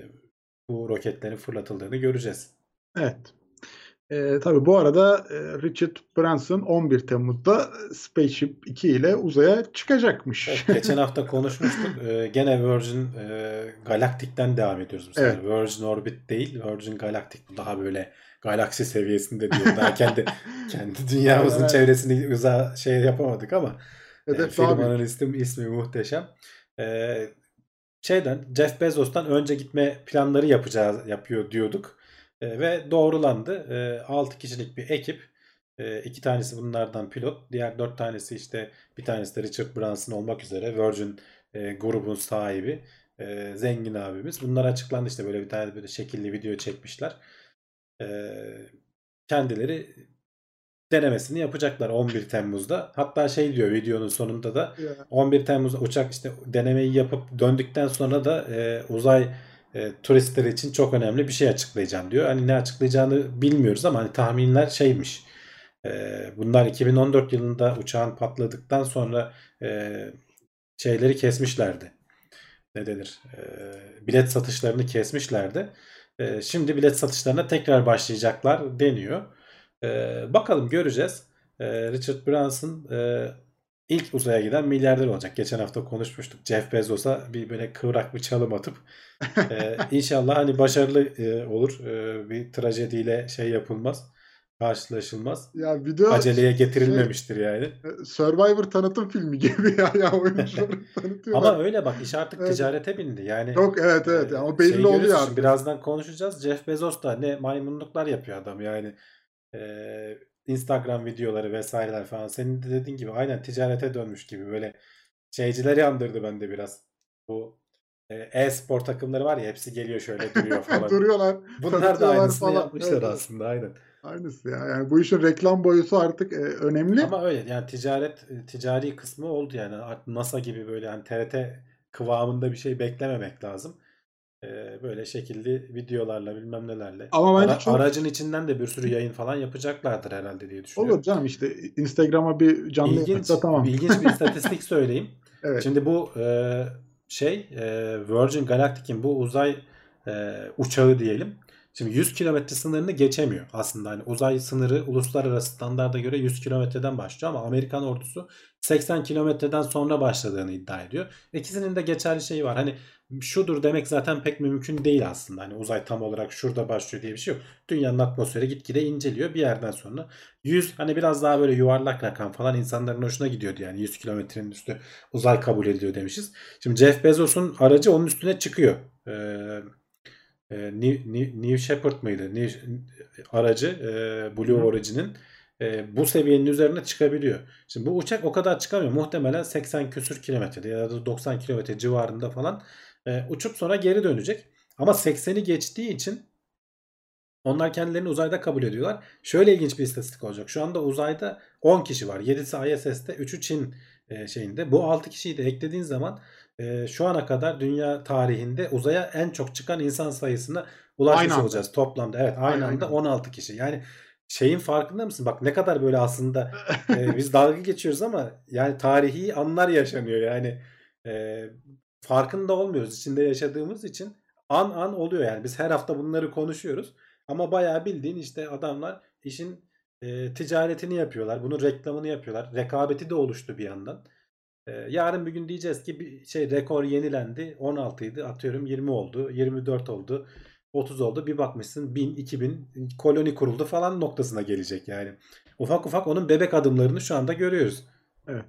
bu roketlerin fırlatıldığını göreceğiz. Evet. Tabii bu arada Richard Branson 11 Temmuz'da Spaceship 2 ile uzaya çıkacakmış. Evet, geçen hafta konuşmuştuk. Gene Virgin Galactic'ten devam ediyoruz bu sefer. Evet. Virgin Orbit değil, Virgin Galactic. Bu daha böyle galaksi seviyesinde diyelim. Daha kendi Aynen dünyamızın aynen. çevresini şey yapamadık ama Hedef daha firmanın büyük. ismi muhteşem. E, Jeff Bezos'tan önce gitme planları yapıyor diyorduk. Ve doğrulandı. 6 kişilik bir ekip. 2 tanesi bunlardan pilot. Diğer 4 tanesi işte bir tanesi de Richard Branson olmak üzere Virgin grubun sahibi. Zengin abimiz. Bunlar açıklandı işte böyle bir tane böyle şekilli video çekmişler. E, Kendileri denemesini yapacaklar 11 Temmuz'da. Hatta şey diyor videonun sonunda da Ya, 11 Temmuz'da uçak işte denemeyi yapıp döndükten sonra da uzay turistleri için çok önemli bir şey açıklayacağım diyor. Hani ne açıklayacağını bilmiyoruz ama hani tahminler şeymiş. Bunlar 2014 yılında uçağın patladıktan sonra şeyleri kesmişlerdi. Ne denir? Bilet satışlarını kesmişlerdi. Şimdi bilet satışlarına tekrar başlayacaklar deniyor. Bakalım göreceğiz. Richard Branson ilk uzaya giden milyarder olacak. Geçen hafta konuşmuştuk. Jeff Bezos'a bir böyle kıvrak bir çalım atıp inşallah hani başarılı olur. Bir trajediyle şey yapılmaz. Karşılaşılmaz. ya video Aceleye şey getirilmemiştir yani. Survivor tanıtım filmi gibi ya oyuncuları Ama tanıtıyorlar. öyle bak iş artık Evet. ticarete bindi. Yani Çok evet evet yani o belli şeyi oluyor görüyorsun şimdi artık. birazdan konuşacağız. Jeff Bezos da ne maymunluklar yapıyor adam yani. Instagram videoları vesaireler falan. Senin de dediğin gibi aynen ticarete dönmüş gibi böyle şeycileri andırdı bende biraz. Bu e-spor takımları var ya hepsi geliyor şöyle duruyor falan. Duruyorlar, Bunlar da tanıtıyorlar aynısını falan. Evet yapmışlar evet. aslında aynen. Aynısı ya. Yani bu işin reklam boyutu artık önemli. Ama öyle yani ticari kısmı oldu yani. Artık NASA gibi böyle hani TRT kıvamında bir şey beklememek lazım. Böyle şekilli videolarla bilmem nelerle. Ama bence çok Aracın içinden de bir sürü yayın falan yapacaklardır herhalde diye olur düşünüyorum. canım, işte Instagram'a bir canlı İlginç, yapsa tamam. ilginç bir istatistik söyleyeyim. Evet. Şimdi bu Virgin Galactic'in bu uzay uçağı diyelim. Şimdi 100 kilometre sınırını geçemiyor aslında. Hani uzay sınırı uluslararası standarda göre 100 kilometreden başlıyor ama Amerikan ordusu 80 kilometreden sonra başladığını iddia ediyor. İkisinin de geçerli şeyi var. Hani şudur demek zaten pek mümkün değil aslında. Hani uzay tam olarak şurada başlıyor diye bir şey yok. Dünyanın atmosferi gitgide inceliyor. Bir yerden sonra 100 hani biraz daha böyle yuvarlak rakam falan insanların hoşuna gidiyordu yani 100 kilometrenin üstü uzay kabul ediliyor demişiz. Şimdi Jeff Bezos'un aracı onun üstüne çıkıyor. New Shepard mıydı? Aracı Blue Origin'in bu seviyenin üzerine çıkabiliyor. Şimdi bu uçak o kadar çıkamıyor. Muhtemelen 80 küsür kilometrede ya da 90 kilometre civarında falan uçup sonra geri dönecek. Ama 80'i geçtiği için onlar kendilerini uzayda kabul ediyorlar. Şöyle ilginç bir istatistik olacak. Şu anda uzayda 10 kişi var. 7'si ISS'te, 3'ü Çin şeyinde. Bu 6 kişiyi de eklediğin zaman şu ana kadar dünya tarihinde uzaya en çok çıkan insan sayısına ulaşmış Aynı anda. olacağız toplamda. Evet, aynı anda 16 kişi. Yani şeyin farkında mısın? Bak ne kadar böyle aslında biz dalga geçiyoruz ama yani tarihi anlar yaşanıyor. Yani farkında olmuyoruz içinde yaşadığımız için an oluyor yani. Biz her hafta bunları konuşuyoruz. Ama bayağı bildiğin işte adamlar işin ticaretini yapıyorlar. Bunun reklamını yapıyorlar. Rekabeti de oluştu bir yandan. Yarın bir gün diyeceğiz ki bir rekor yenilendi. 16 idi atıyorum 20 oldu. 24 oldu. 30 oldu. Bir bakmışsın 1000, 2000 koloni kuruldu falan noktasına gelecek yani. Ufak ufak onun bebek adımlarını şu anda görüyoruz. Evet.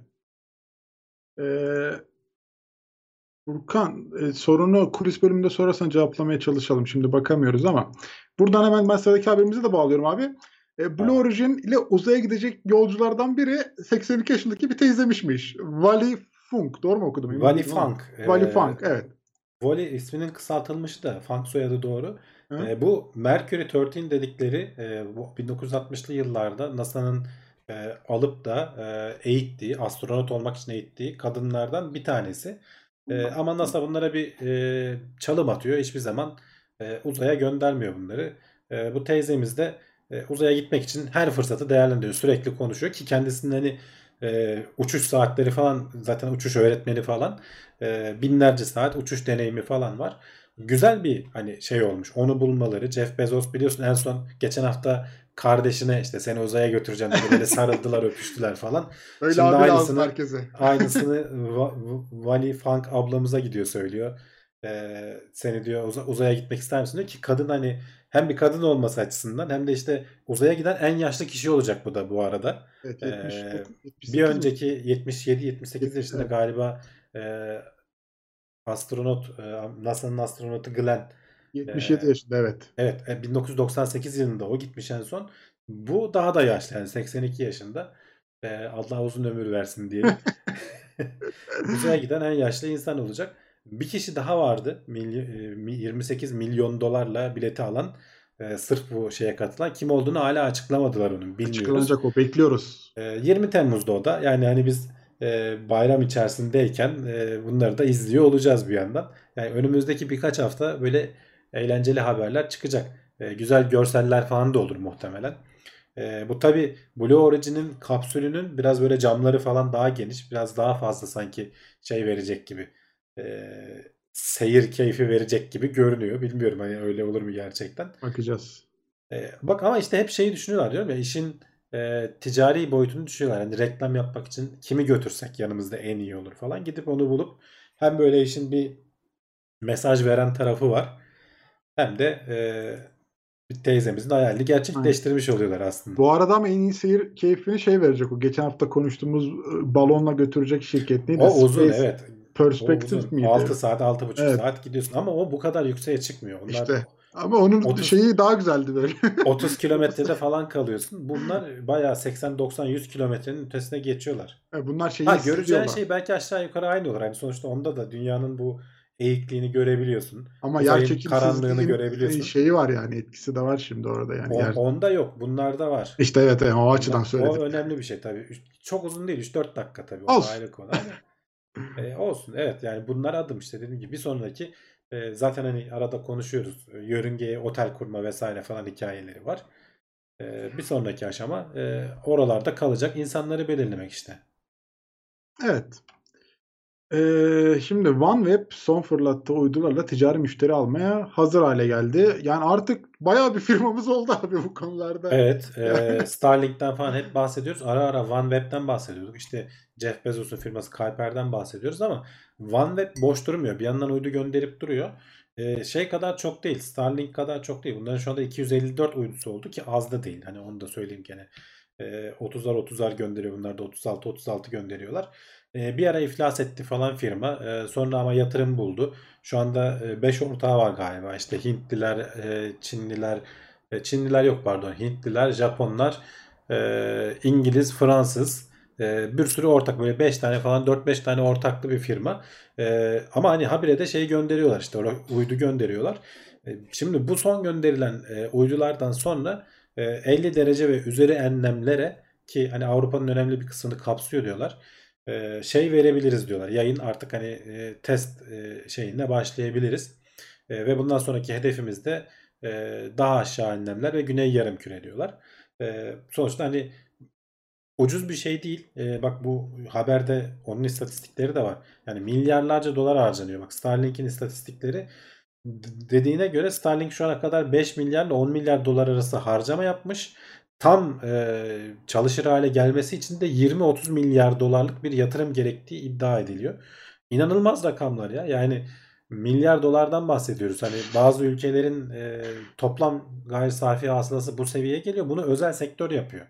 Furkan, sorunu kulis bölümünde sorarsan cevaplamaya çalışalım. Şimdi bakamıyoruz ama. Buradan hemen ben sıradaki haberimize de bağlıyorum abi. Blue Origin ile uzaya gidecek yolculardan biri 82 yaşındaki bir teyzemişmiş. Wally Funk. Doğru mu okudum? Wally Funk. Wally Funk, evet. Wally isminin kısaltılmışı da Funk soyadı doğru. Bu Mercury 13 dedikleri bu 1960'lı yıllarda NASA'nın alıp da eğittiği, astronot olmak için eğittiği kadınlardan bir tanesi. Ama NASA bunlara bir çalım atıyor. Hiçbir zaman uzaya göndermiyor bunları. Bu teyzemiz de uzaya gitmek için her fırsatı değerlendiriyor. Sürekli konuşuyor ki kendisinin hani uçuş saatleri falan zaten uçuş öğretmeni falan binlerce saat uçuş deneyimi falan var. Güzel bir hani şey olmuş. Onu bulmaları. Jeff Bezos biliyorsun en son geçen hafta kardeşine işte seni uzaya götüreceğim dedi. Böyle sarıldılar öpüştüler falan. Öyle Şimdi abi lazım herkese. aynısını Wally Funk ablamıza gidiyor söylüyor. Seni diyor uzaya gitmek ister misin diyor ki kadın hani hem bir kadın olması açısından hem de işte uzaya giden en yaşlı kişi olacak bu da bu arada. Evet, Bir önceki 77-78 yaşında evet. galiba astronot NASA'nın astronotu Glenn 77 yaşında, evet. Evet 1998 yılında o gitmiş en son. Bu daha da yaşlı yani 82 yaşında. Allah uzun ömür versin diyelim. Uzaya giden en yaşlı insan olacak. Bir kişi daha vardı. 28 milyon dolarla bileti alan sırf bu şeye katılan. Kim olduğunu hala açıklamadılar onun. Bilmiyoruz. Açıklanacak o. Bekliyoruz. 20 Temmuz'da o da. Yani hani biz bayram içerisindeyken bunları da izliyor olacağız bir yandan. Yani önümüzdeki birkaç hafta böyle eğlenceli haberler çıkacak. Güzel görseller falan da olur muhtemelen. Bu tabi Blue Origin'in kapsülünün biraz böyle camları falan daha geniş. Biraz daha fazla sanki şey verecek gibi. Seyir keyfi verecek gibi görünüyor. Bilmiyorum hani öyle olur mu gerçekten. Bakacağız. Bak ama işte hep şeyi düşünüyorlar diyorum ya işin ticari boyutunu düşünüyorlar. Hani reklam yapmak için kimi götürsek yanımızda en iyi olur falan. Gidip onu bulup hem böyle işin bir mesaj veren tarafı var. Hem de bir teyzemizin hayalini gerçekleştirmiş oluyorlar aslında. Bu arada ama en iyi seyir keyfini şey verecek o. Geçen hafta konuştuğumuz balonla götürecek şirket neydi? O uzun evet. Perspective o uzun. miydi? 6 saat 6,5 Evet. saat gidiyorsun ama o bu kadar yükseğe çıkmıyor. Onlar İşte. Ama onun şeyi daha güzeldi böyle. 30 kilometrede falan kalıyorsun. Bunlar bayağı 80, 90, 100 kilometrenin ötesine geçiyorlar. Bunlar şeyi göreceğin şey belki aşağı yukarı aynı olur. Hani sonuçta onda da dünyanın bu eğikliğini görebiliyorsun. Ama uzayın karanlığını görebiliyorsun. Şeyi var yani, etkisi de var şimdi orada yani. Onda yok. Bunlarda var. İşte evet o açıdan söyledim. O önemli bir şey tabii. Çok uzun değil. 3-4 dakika tabii. O ayrı konu ama. Olsun. Evet yani bunlar adım işte dediğim gibi. Bir sonraki Zaten hani arada konuşuyoruz. Yörüngeye otel kurma vesaire falan hikayeleri var. Bir sonraki aşama oralarda kalacak insanları belirlemek işte. Evet. Şimdi OneWeb son fırlattığı uydularla ticari müşteri almaya hazır hale geldi. Yani artık bayağı bir firmamız oldu abi bu konularda. Evet, Starlink'ten falan hep bahsediyoruz. Ara ara OneWeb'den bahsediyorduk. İşte Jeff Bezos'un firması Kuiper'den bahsediyoruz ama OneWeb boş durmuyor. Bir yandan uydu gönderip duruyor. Şey kadar çok değil. Starlink kadar çok değil. Bunların şu anda 254 uydusu oldu ki az da değil. Hani onu da söyleyeyim gene. 30'ar gönderiyor. Bunlar da 36 gönderiyorlar. Bir ara iflas etti falan firma. Sonra ama yatırım buldu. Şu anda 5 ortağı var galiba. İşte Hintliler, Çinliler, Çinliler yok pardon. Hintliler, Japonlar, İngiliz, Fransız, bir sürü ortak, böyle 5 tane falan, 4-5 tane ortaklı bir firma. Ama hani habire de şey gönderiyorlar, işte uydu gönderiyorlar. Şimdi bu son gönderilen uydulardan sonra 50 derece ve üzeri enlemlere, ki hani Avrupa'nın önemli bir kısmını kapsıyor diyorlar. Şey verebiliriz diyorlar. Yayın artık hani test şeyine başlayabiliriz. Ve bundan sonraki hedefimiz de daha aşağı enlemler ve güney yarımküre diyorlar. Sonuçta hani ucuz bir şey değil. Bak bu haberde onun istatistikleri de var. Yani milyarlarca dolar harcanıyor. Bak Starlink'in istatistikleri dediğine göre Starlink şu ana kadar 5 milyarla 10 milyar dolar arası harcama yapmış. Tam çalışır hale gelmesi için de 20-30 milyar dolarlık bir yatırım gerektiği iddia ediliyor. İnanılmaz rakamlar ya. Yani milyar dolardan bahsediyoruz. Hani bazı ülkelerin toplam gayri safi hasılası bu seviyeye geliyor. Bunu özel sektör yapıyor.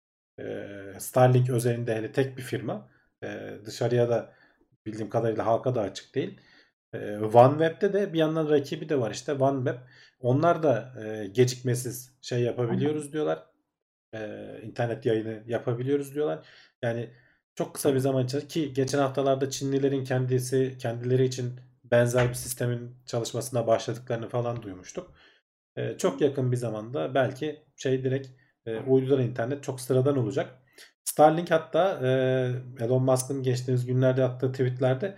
Starlink özelinde hele tek bir firma. Dışarıya da bildiğim kadarıyla halka da açık değil. OneWeb'de de bir yandan rakibi de var işte OneWeb. Onlar da gecikmesiz şey yapabiliyoruz diyorlar. İnternet yayını yapabiliyoruz diyorlar. Yani çok kısa bir zaman içerisinde, ki geçen haftalarda Çinlilerin kendileri için benzer bir sistemin çalışmasına başladıklarını falan duymuştuk. Çok yakın bir zamanda belki şey direkt uydular internet çok sıradan olacak. Starlink hatta Elon Musk'ın geçtiğimiz günlerde attığı tweetlerde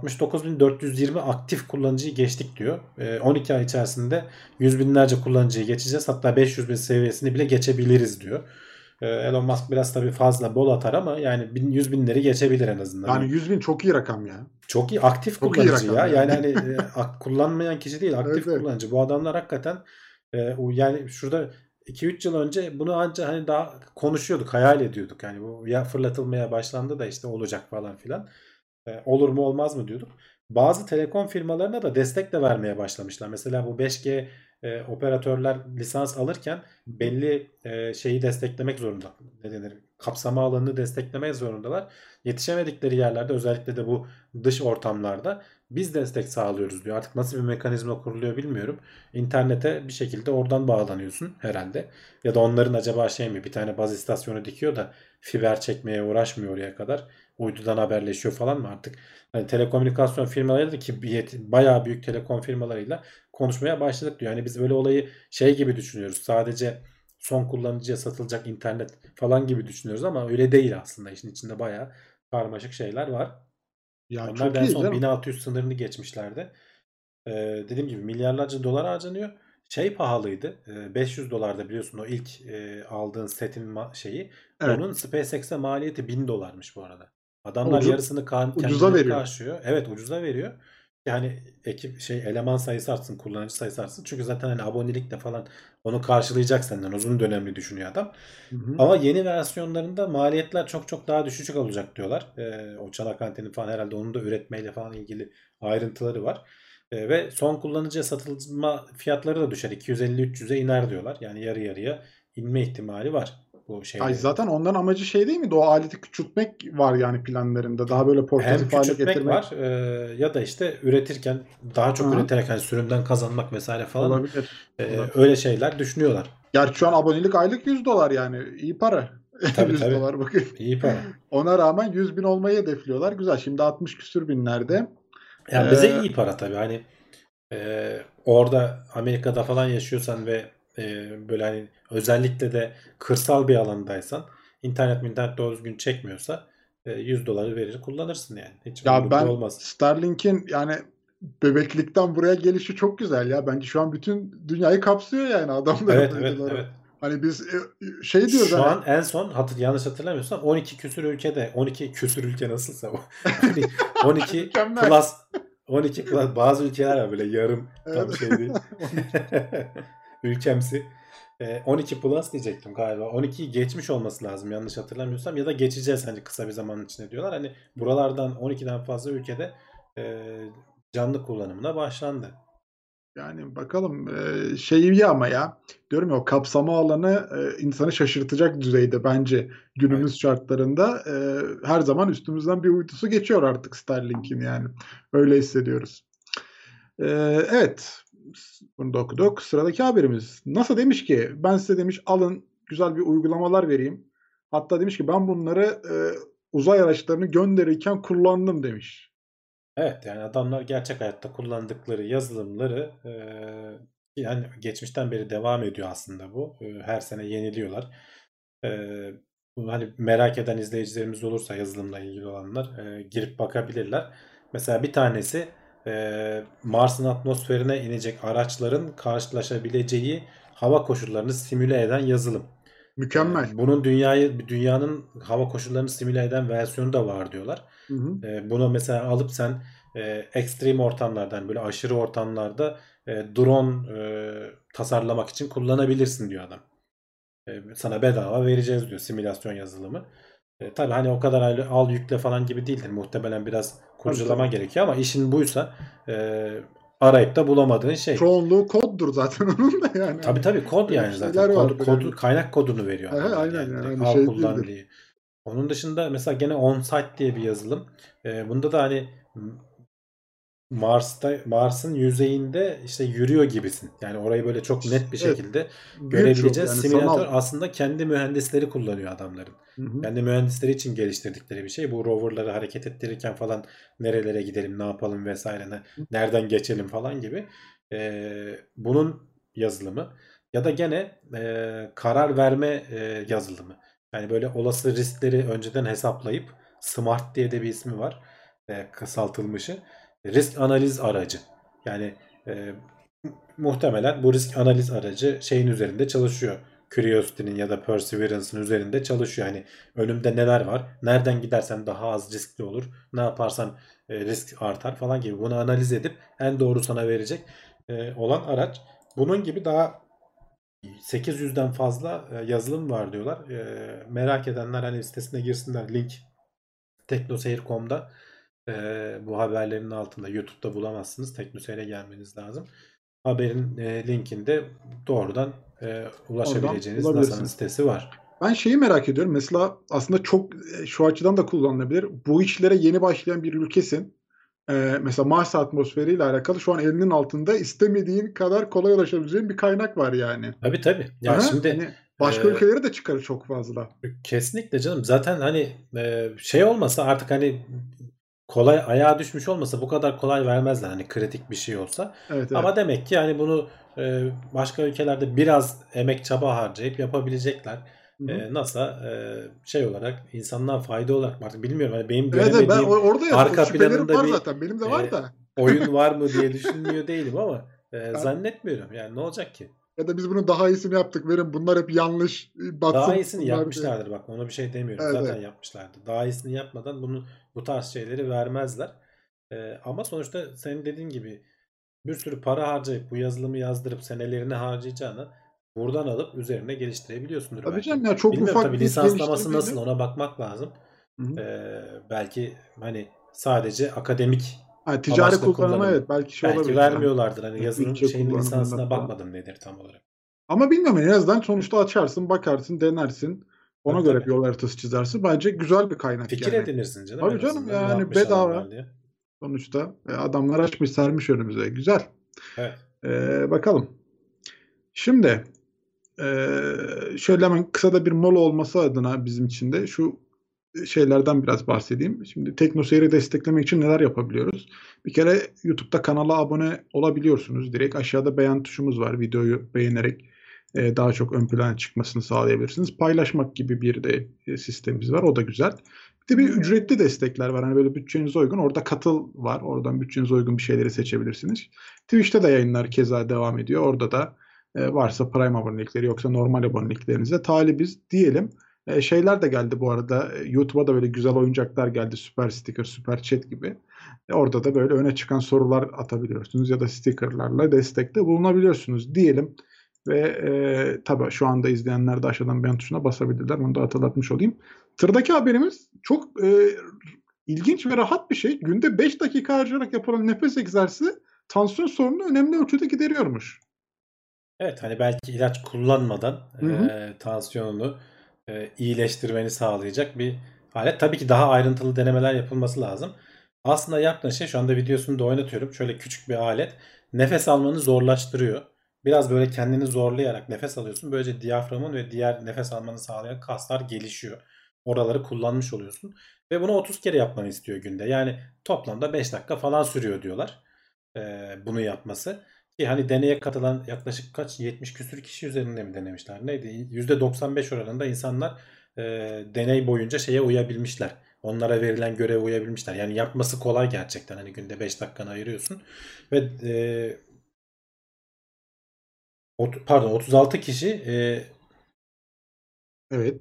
69.420 aktif kullanıcıyı geçtik diyor. 12 ay içerisinde yüz binlerce kullanıcıyı geçeceğiz. Hatta 500 bin seviyesini bile geçebiliriz diyor. Elon Musk biraz tabii fazla bol atar ama yani 100 binleri geçebilir en azından. Yani 100 bin çok iyi rakam ya. Çok iyi aktif Çok iyi kullanıcı rakam ya. yani. Yani hani kullanmayan kişi değil, aktif Evet. kullanıcı. Bu adamlar hakikaten yani şurada 2-3 yıl önce bunu ancak hani daha konuşuyorduk, hayal ediyorduk. Yani bu ya fırlatılmaya başlandı da işte olacak falan filan. Olur mu olmaz mı diyorduk. Bazı telekom firmalarına da destek de vermeye başlamışlar. Mesela bu 5G operatörler lisans alırken belli şeyi desteklemek zorunda. Ne denir? Kapsama alanını desteklemek zorundalar. Yetişemedikleri yerlerde, özellikle de bu dış ortamlarda biz destek sağlıyoruz diyor. Artık nasıl bir mekanizma kuruluyor bilmiyorum. İnternete bir şekilde oradan bağlanıyorsun herhalde. Ya da onların acaba şey mi, bir tane baz istasyonu dikiyor da fiber çekmeye uğraşmıyor oraya kadar. Uydudan haberleşiyor falan mı artık? Hani telekomünikasyon firmaları da, ki bayağı büyük telekom firmalarıyla konuşmaya başladık diyor. Yani biz böyle olayı şey gibi düşünüyoruz. Sadece son kullanıcıya satılacak internet falan gibi düşünüyoruz ama öyle değil aslında. İşin içinde bayağı karmaşık şeyler var. Ya Onlar da çok en iyi son canım. 1600 sınırını geçmişlerdi. Dediğim gibi milyarlarca dolar harcanıyor. Şey pahalıydı. 500 dolarda biliyorsun o ilk aldığın setin şeyi. Evet. Onun SpaceX'e maliyeti 1000 dolarmış bu arada. Adamlar Ucu, yarısını ucuza kendileri veriyor. karşılıyor. Evet, ucuza veriyor. Yani ekip şey, eleman sayısı artsın, kullanıcı sayısı artsın. Çünkü zaten hani abonelikle falan onu karşılayacak senden. Uzun dönemli düşünüyor adam. Hı hı. Ama yeni versiyonlarında maliyetler çok çok daha düşük olacak diyorlar. O çanak anteni falan, herhalde onun da üretmeyle falan ilgili ayrıntıları var. Ve son kullanıcıya satılma fiyatları da düşer. 250-300'e iner diyorlar. Yani yarı yarıya inme ihtimali var bu Ay şeylerin. zaten onların amacı şey değil mi? O aleti küçültmek var yani planlarında. Daha böyle Hem portatif hale küçültmek getirmek var ya da işte üretirken daha çok Hı, üreterek hani sürümden kazanmak vesaire falan, olabilir. öyle şeyler düşünüyorlar. Gerçi şu an abonelik aylık 100 dolar yani. İyi para. Tabii 100 tabii. dolar bakın. İyi para. Ona rağmen 100 bin olmayı hedefliyorlar. Güzel. Şimdi 60 küsür binlerde. Yani bize Ee, iyi para tabii. Hani orada Amerika'da falan yaşıyorsan ve böyle hani özellikle de kırsal bir alandaysan, internet doğru düzgün çekmiyorsa 100 doları verir kullanırsın yani. Hiç Ya umurumda ben olmaz. Starlink'in yani bebeklikten buraya gelişi çok güzel ya. Bence şu an bütün dünyayı kapsıyor yani adamların Evet, evet, uyduları. evet. Hani biz şey diyoruz Şu hani an en son yanlış hatırlamıyorsam 12 küsür ülkede, 12 küsür ülke nasılsa o 12 mükemmel. plus 12 plus bazı ülkeler var böyle yarım tam Evet. şey değil. Ülkemsi. 12 plus diyecektim galiba. 12'yi geçmiş olması lazım yanlış hatırlamıyorsam ya da geçeceğiz hani kısa bir zaman içinde diyorlar. Hani buralardan 12'den fazla ülkede canlı kullanımına başlandı. Yani bakalım şey iyi ama ya diyorum ya o kapsama alanı insanı şaşırtacak düzeyde bence günümüz Evet. şartlarında her zaman üstümüzden bir uydusu geçiyor artık Starlink'in yani. Öyle hissediyoruz. E, evet bunu da okuduk. Sıradaki haberimiz. NASA demiş ki ben size demiş alın güzel bir uygulamalar vereyim. Hatta demiş ki ben bunları uzay araçlarını gönderirken kullandım demiş. Evet yani adamlar gerçek hayatta kullandıkları yazılımları yani geçmişten beri devam ediyor aslında bu. Her sene yeniliyorlar. Bunu hani merak eden izleyicilerimiz olursa yazılımla ilgili olanlar girip bakabilirler. Mesela bir tanesi Mars'ın atmosferine inecek araçların karşılaşabileceği hava koşullarını simüle eden yazılım. Mükemmel. Bunun dünyanın hava koşullarını simüle eden versiyonu da var diyorlar. Hı hı. Bunu mesela alıp sen ekstrem ortamlardan böyle aşırı ortamlarda drone tasarlamak için kullanabilirsin diyor adam. Sana bedava vereceğiz diyor simülasyon yazılımı. Tabii hani o kadar öyle al yükle falan gibi değildir. Muhtemelen biraz Tabii kurcalama tabii. gerekiyor ama işin buysa arayıp da bulamadığın şey. Çoğunluğu koddur zaten onun da yani. Tabii Hani tabii kod öyle yani zaten. şeyler vardır yani. Kaynak kodunu veriyor Aha, adamlar aynen yani yani direkt hani al şey kullan değildir. diye. Onun dışında mesela gene on-site diye bir yazılım. Bunda da hani Mars'ın yüzeyinde işte yürüyor gibisin. Yani orayı böyle çok net bir Evet. şekilde Virtual görebileceğiz. yani Simülatör sanal. aslında kendi mühendisleri kullanıyor adamların. Hı hı. Kendi mühendisleri için geliştirdikleri bir şey. Bu roverları hareket ettirirken falan nerelere gidelim, ne yapalım vesaire, nereden geçelim falan gibi. Bunun yazılımı ya da gene karar verme yazılımı. Yani böyle olası riskleri önceden hesaplayıp SMART diye de bir ismi var. Kısaltılmışı. Risk analiz aracı. Yani e, muhtemelen bu risk analiz aracı şeyin üzerinde çalışıyor. Curiosity'nin ya da Perseverance'ın üzerinde çalışıyor. Hani önümde neler var? Nereden gidersen daha az riskli olur. Ne yaparsan risk artar falan gibi. Bunu analiz edip en doğru sana verecek olan araç. Bunun gibi daha 800'den fazla yazılım var diyorlar. Merak edenler hani sitesine girsinler. Link teknoseyir.com'da bu haberlerin altında YouTube'da bulamazsınız. Teknoseyir'e gelmeniz lazım. Haberin linkinde doğrudan Oradan ulaşabileceğiniz NASA'nın bulabilirsiniz. sitesi var. Ben şeyi merak ediyorum. Mesela aslında çok şu açıdan da kullanılabilir. Bu işlere yeni başlayan bir ülkesin. Mesela Mars atmosferiyle alakalı şu an elinin altında istemediğin kadar kolay ulaşabileceğin bir kaynak var yani. Tabii tabii. Ya Aha, şimdi hani başka ülkelere de çıkarır çok fazla. kesinlikle canım. Zaten hani şey olmasa artık hani kolay ayağa düşmüş olmasa bu kadar kolay vermezler hani kritik bir şey olsa. Evet evet. Ama demek ki hani bunu başka ülkelerde biraz emek çaba harcayıp yapabilecekler. Hı hı. NASA şey olarak insanlığa fayda olarak artık bilmiyorum hani benim Evet, evet ben göremediğim orada ya arka şüphelerim planında var bir zaten. Benim de var e, da. oyun var mı diye düşünmüyor değilim ama Yani, zannetmiyorum. Yani ne olacak ki? ya da biz bunun daha iyisini yaptık. Verin bunlar hep yanlış. Daha Batsın iyisini bunlar diye. yapmışlardır bak ona bir şey demiyorum. Evet Zaten evet. yapmışlardı. Daha iyisini yapmadan bu tarz şeyleri vermezler. Ama sonuçta senin dediğin gibi bir sürü para harcayıp bu yazılımı yazdırıp senelerini harcayacağına buradan alıp üzerine geliştirebiliyorsundur Tabii belki. canım ya çok Bilmiyorum ufak tabii bir lisanslaması geliştirmeyle. nasıl ona bakmak lazım. Hı hı. Belki hani sadece akademik Ha, ticari amaçla kullanıma kullanımı. evet belki şey Belki olabilir yani. vermiyorlardır. Hani yazılım Bütçe şeyin kullanımında lisansına falan. bakmadım nedir tam olarak. Ama bilmiyorum en azından sonuçta açarsın, bakarsın, denersin. Ona Tabii göre tabii. bir yol haritası çizersin. Bence güzel bir kaynak Fikir yani. edinirsin canım en Tabii canım azından. Ne yani yapmış bedava adamlar diye. sonuçta. Adamlar açmış sermiş önümüze. Güzel. Evet. Bakalım. Şimdi şöyle hemen kısa da bir mola olması adına bizim için de şu şeylerden biraz bahsedeyim. Şimdi TeknoSeyir'i desteklemek için neler yapabiliyoruz? Bir kere YouTube'da kanala abone olabiliyorsunuz. Direkt aşağıda beğen tuşumuz var. Videoyu beğenerek daha çok ön plana çıkmasını sağlayabilirsiniz. Paylaşmak gibi bir de sistemimiz var. O da güzel. Bir de bir ücretli destekler var. Hani böyle bütçenize uygun. Orada katıl var. Oradan bütçenize uygun bir şeyleri seçebilirsiniz. Twitch'te de yayınlar keza devam ediyor. Orada da varsa Prime abonelikleri yoksa normal aboneliklerinize talibiz diyelim. Şeyler de geldi bu arada. YouTube'a da böyle güzel oyuncaklar geldi. Süper sticker, süper chat gibi. Orada da böyle öne çıkan sorular atabiliyorsunuz ya da stickerlarla destekte bulunabiliyorsunuz diyelim. Ve tabii şu anda izleyenler de aşağıdan beğen tuşuna basabilirler. Onu da hatırlatmış olayım. Tırdaki haberimiz çok ilginç ve rahat bir şey. Günde 5 dakika harcayarak yapılan nefes egzersizi tansiyon sorununu önemli ölçüde gideriyormuş. Evet, hani belki ilaç kullanmadan Hı hı. tansiyonunu iyileştirmeni sağlayacak bir alet. Tabii ki daha ayrıntılı denemeler yapılması lazım. Aslında yaptığın şey, şu anda videosunu da oynatıyorum. Şöyle küçük bir alet. Nefes almanı zorlaştırıyor. Biraz böyle kendini zorlayarak nefes alıyorsun. Böylece diyaframın ve diğer nefes almanı sağlayan kaslar gelişiyor. Oraları kullanmış oluyorsun. Ve bunu 30 kere yapmanı istiyor günde. Yani toplamda 5 dakika falan sürüyor diyorlar bunu yapması. Ki hani deneye katılan yaklaşık 70 küsür kişi üzerinde mi denemişler? Neydi? %95 oranında insanlar deney boyunca şeye uyabilmişler. Onlara verilen göreve uyabilmişler. Yani yapması kolay gerçekten. Hani günde 5 dakikanı ayırıyorsun. Ve pardon, 36 kişi Evet.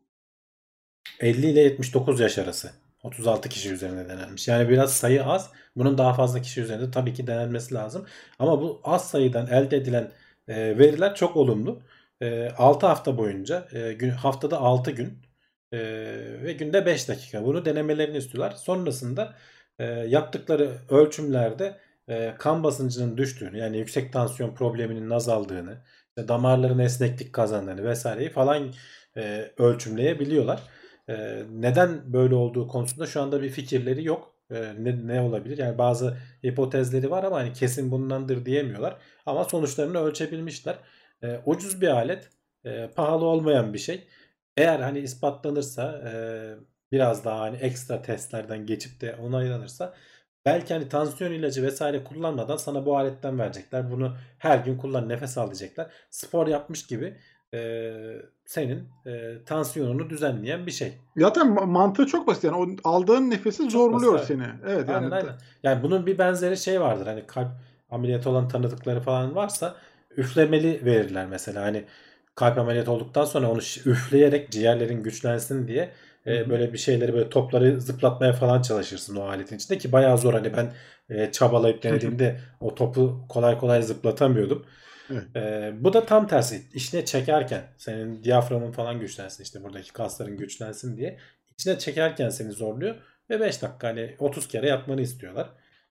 50 ile 79 yaş arası. 36 kişi üzerinde denenmiş. Yani biraz sayı az. Bunun daha fazla kişi üzerinde tabii ki denenmesi lazım. Ama bu az sayıdan elde edilen veriler çok olumlu. 6 hafta boyunca haftada 6 gün ve günde 5 dakika bunu denemelerini istiyorlar. Sonrasında yaptıkları ölçümlerde kan basıncının düştüğünü, yani yüksek tansiyon probleminin azaldığını, işte damarların esneklik kazandığını vesaireyi falan ölçümleyebiliyorlar. Neden böyle olduğu konusunda şu anda bir fikirleri yok. Ne olabilir? Yani bazı hipotezleri var ama hani kesin bundandır diyemiyorlar. Ama sonuçlarını ölçebilmişler. Ucuz bir alet, pahalı olmayan bir şey. Eğer hani ispatlanırsa, biraz daha hani ekstra testlerden geçip de onaylanırsa, belki hani tansiyon ilacı vesaire kullanmadan sana bu aletten verecekler. Bunu her gün kullan, nefes al diyecekler. Spor yapmış gibi senin tansiyonunu düzenleyen bir şey. Zaten mantığı çok basit. Yani o aldığın nefesi Çok basit, zorluyor evet. seni. Evet Aynen, yani aynen. Yani bunun bir benzeri şey vardır. Hani kalp ameliyatı olan tanıdıkları falan varsa üflemeli verirler mesela. Hani kalp ameliyatı olduktan sonra onu üfleyerek ciğerlerin güçlensin diye Hı hı. böyle bir şeyleri, böyle topları zıplatmaya falan çalışırsın o aletin içinde, ki bayağı zor. Hani ben çabalayıp denediğimde o topu kolay kolay zıplatamıyordum. Evet. Bu da tam tersi. İçine çekerken senin diyaframın falan güçlensin, işte buradaki kasların güçlensin diye içine çekerken seni zorluyor ve 5 dakika, hani 30 kere yapmanı istiyorlar.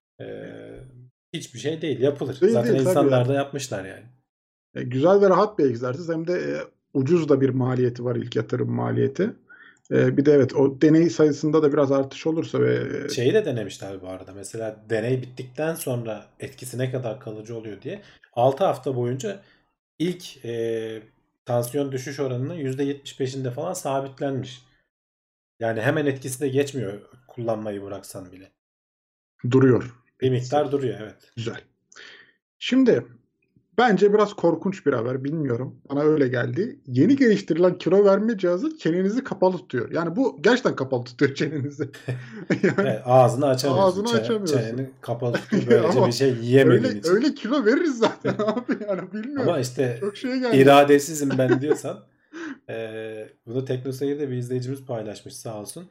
Hiçbir şey değil, yapılır. Değil Zaten değil tabii ya. insanlar da yapmışlar yani. Güzel ve rahat bir egzersiz. Hem de ucuz da bir maliyeti var, ilk yatırım maliyeti. Bir de evet, o deney sayısında da biraz artış olursa ve Şeyi de denemişler bu arada. Mesela deney bittikten sonra etkisi ne kadar kalıcı oluyor diye. 6 hafta boyunca ilk tansiyon düşüş oranının %75'inde falan sabitlenmiş. Yani hemen etkisi de geçmiyor kullanmayı bıraksan bile. duruyor Bir etkisi. miktar duruyor, evet. Güzel. Şimdi bence biraz korkunç bir haber, bilmiyorum. Bana öyle geldi. Yeni geliştirilen kilo verme cihazı çenenizi kapalı tutuyor. Yani bu gerçekten kapalı tutuyor çenenizi. Yani Evet, ağzını açamıyorsun. ağzını açamıyorsun. Çeneni kapalı tutuyor. Böylece bir Ama şey yiyemediğin öyle için. öyle kilo veririz zaten abi, yani Ama bilmiyorum. işte Çok şey geldi. iradesizim ben diyorsan, bunu TeknoSeyir'de bir izleyicimiz paylaşmış, sağ olsun.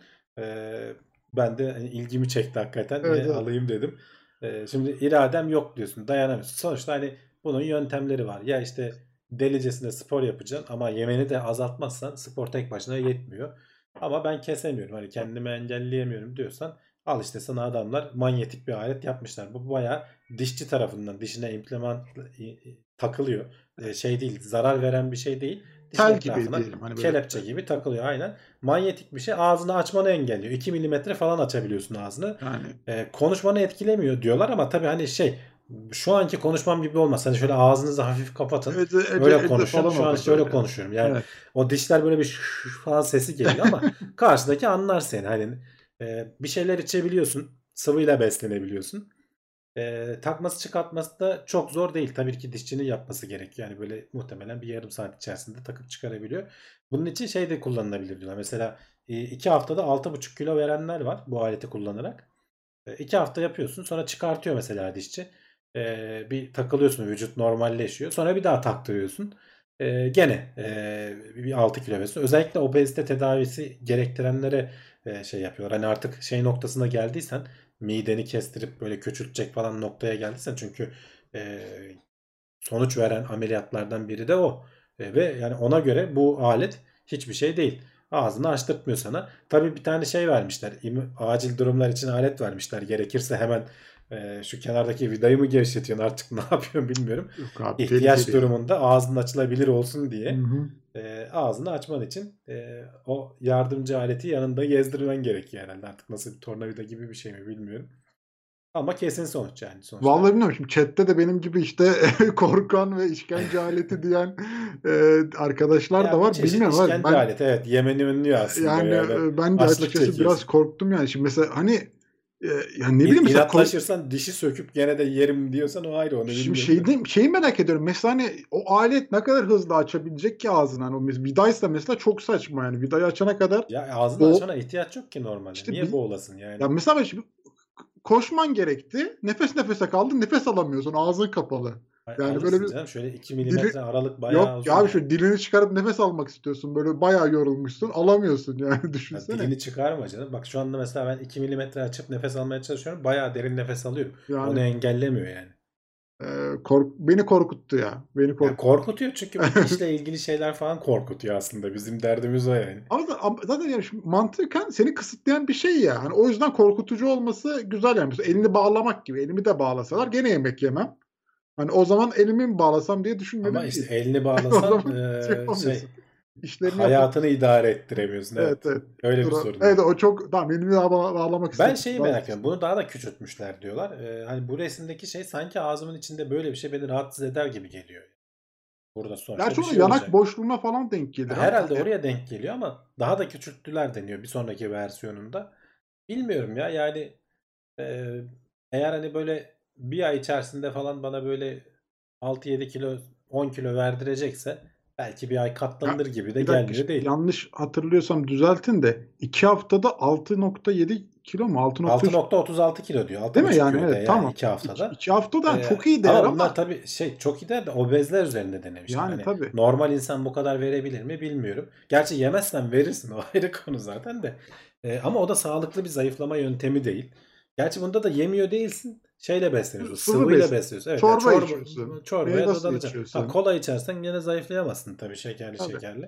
Ben de hani ilgimi çekti hakikaten Evet, ve evet. alayım dedim. Şimdi iradem yok diyorsun, dayanamıyorsun. Sonuçta hani bunun yöntemleri var. Ya işte delicesine spor yapacaksın ama yemeni de azaltmazsan spor tek başına yetmiyor. Ama ben kesemiyorum, hani kendimi engelleyemiyorum diyorsan, al işte sana adamlar manyetik bir alet yapmışlar. Bu bayağı dişçi tarafından dişine implement takılıyor. Şey değil, zarar veren bir şey değil. Dişin Tel gibi etrafına diyelim hani, böyle kelepçe gibi takılıyor aynen. Manyetik bir şey, ağzını açmanı engelliyor. 2 milimetre falan açabiliyorsun ağzını. yani. Konuşmanı etkilemiyor diyorlar ama tabii hani şey, şu anki konuşmam gibi olmaz. Hani şöyle ağzınızı hafif kapatın. Öyle Ece konuşun. falan Şu an olur şöyle böyle. konuşuyorum. Yani Evet. o dişler böyle bir falan sesi geliyor ama karşıdaki anlar seni. Hani bir şeyler içebiliyorsun. Sıvıyla beslenebiliyorsun. Takması çıkartması da çok zor değil. Tabii ki dişçinin yapması gerekiyor. Yani böyle muhtemelen bir yarım saat içerisinde takıp çıkarabiliyor. Bunun için şey de kullanılabilir diyorlar. Mesela 2 haftada 6,5 kilo verenler var bu aleti kullanarak. 2 hafta yapıyorsun, sonra çıkartıyor mesela dişçi. Bir takılıyorsun, vücut normalleşiyor. Sonra bir daha taktırıyorsun. Gene bir 6 kilo veriyorsun. Özellikle obezite tedavisi gerektirenlere şey yapıyorlar. Hani artık şey noktasına geldiysen, mideni kestirip böyle küçültecek falan noktaya geldiysen, çünkü e, sonuç veren ameliyatlardan biri de o. Ve yani ona göre bu alet hiçbir şey değil. Ağzını açtırtmıyor sana. Tabii bir tane şey vermişler. Acil durumlar için alet vermişler. Gerekirse hemen şu kenardaki vidayı mı gevşetiyorsun artık ne yapıyorsun bilmiyorum. Yok abi, İhtiyaç tehlikeli ya. durumunda ağzın açılabilir olsun diye Hı. ağzını açman için o yardımcı aleti yanında gezdirmen gerekiyor herhalde. Artık nasıl bir tornavida gibi bir şey mi bilmiyorum. Ama kesin sonuç yani sonuçta. Vallahi bilmiyorum. Şimdi chatte de benim gibi işte korkan ve işkence aleti diyen arkadaşlar da Ya bir var. çeşit Bilmiyorum abi. işkence Ben aleti. Evet, Yemen'i önlüyor aslında yani yani. ben de Açlık açıkçası biraz çekiyorsun. korktum yani. Şimdi mesela hani yani ne bileyim mesela İnatlaşırsan dişi söküp gene de yerim diyorsan o ayrı, onu şimdi bilmiyorum da. şeyi merak ediyorum. Mesela hani o alet ne kadar hızlı açabilecek ki ağzını? Hani o vidaysa mesela çok saçma yani. Vidayı açana kadar Ya ağzını o açmana ihtiyaç yok ki normalde. işte Niye boğulasın yani? ya mesela şimdi koşman gerekti. Nefes nefese kaldın. Nefes alamıyorsun. Ağzın kapalı. Yani böyle Alırsın bir canım. Şöyle 2 dili milimetre aralık bayağı yok ya uzun abi, yani. şu dilini çıkarıp nefes almak istiyorsun. Böyle bayağı yorulmuşsun. Alamıyorsun yani Ya düşünsene. dilini çıkarma canım. Bak şu anda mesela ben 2 milimetre açıp nefes almaya çalışıyorum. Bayağı derin nefes alıyorum. Onu Yani engellemiyor yani. beni korkuttu ya. Beni Ya korkuttu. korkutuyor çünkü bu dişle ilgili şeyler falan korkutuyor aslında. Bizim derdimiz o yani. Ama zaten yani mantıken seni kısıtlayan bir şey ya. Hani o yüzden korkutucu olması güzel yani. Mesela elini bağlamak gibi. Elimi de bağlasalar gene yemek yemem. Hani o zaman elimi mi bağlasam diye Ama düşünmedim işte değil. elini O bağlasan zaman şey şey, yapamıyorsun. İşlerini hayatını yapamıyorsun. idare ettiremiyorsun. Evet, Evet. evet. Öyle bir sorun Evet, var. o çok tamam, elimi bağlamak Ben istemiyorum. şeyi merak ediyorum. Bunu daha da küçültmüşler diyorlar. Hani bu resimdeki şey sanki ağzımın içinde böyle bir şey beni rahatsız eder gibi geliyor. Burada sonuçta Gerçi bir o da şey yanak olacak. boşluğuna falan denk gelir ama Herhalde hani oraya denk geliyor ama daha da küçülttüler deniyor bir sonraki versiyonunda. Bilmiyorum ya, yani e, eğer hani böyle bir ay içerisinde falan bana böyle 6-7 kilo 10 kilo verdirecekse belki bir ay ya, katlanır gibi de bir dakika, gelmiyor şimdi değil. yanlış hatırlıyorsam düzeltin de 2 haftada 6,7 kilo mu 6,3 6,36 kilo diyor. değil mi 6,5 yani? kilo de Evet, ya tamam. 2 2, haftada. 2 haftadan çok iyi değer Ama bunlar ama tabii şey çok iyi de obezler üzerinde denemişler. yani Hani tabii. normal insan bu kadar verebilir mi bilmiyorum. Gerçi yemezsen verirsin, o ayrı konu zaten de. Ama o da sağlıklı bir zayıflama yöntemi değil. Gerçi bunda da yemiyor değilsin. Şeyle besleniyorsun. Sıvı Sıvıyla besin. besliyorsun. Evet yani Çorba çorba, içiyorsun. çorbaya Meyve suyu dadalıcaksın. Ha, içiyorsun. kola içersen gene zayıflayamazsın tabii, şekerli Tabii. şekerli.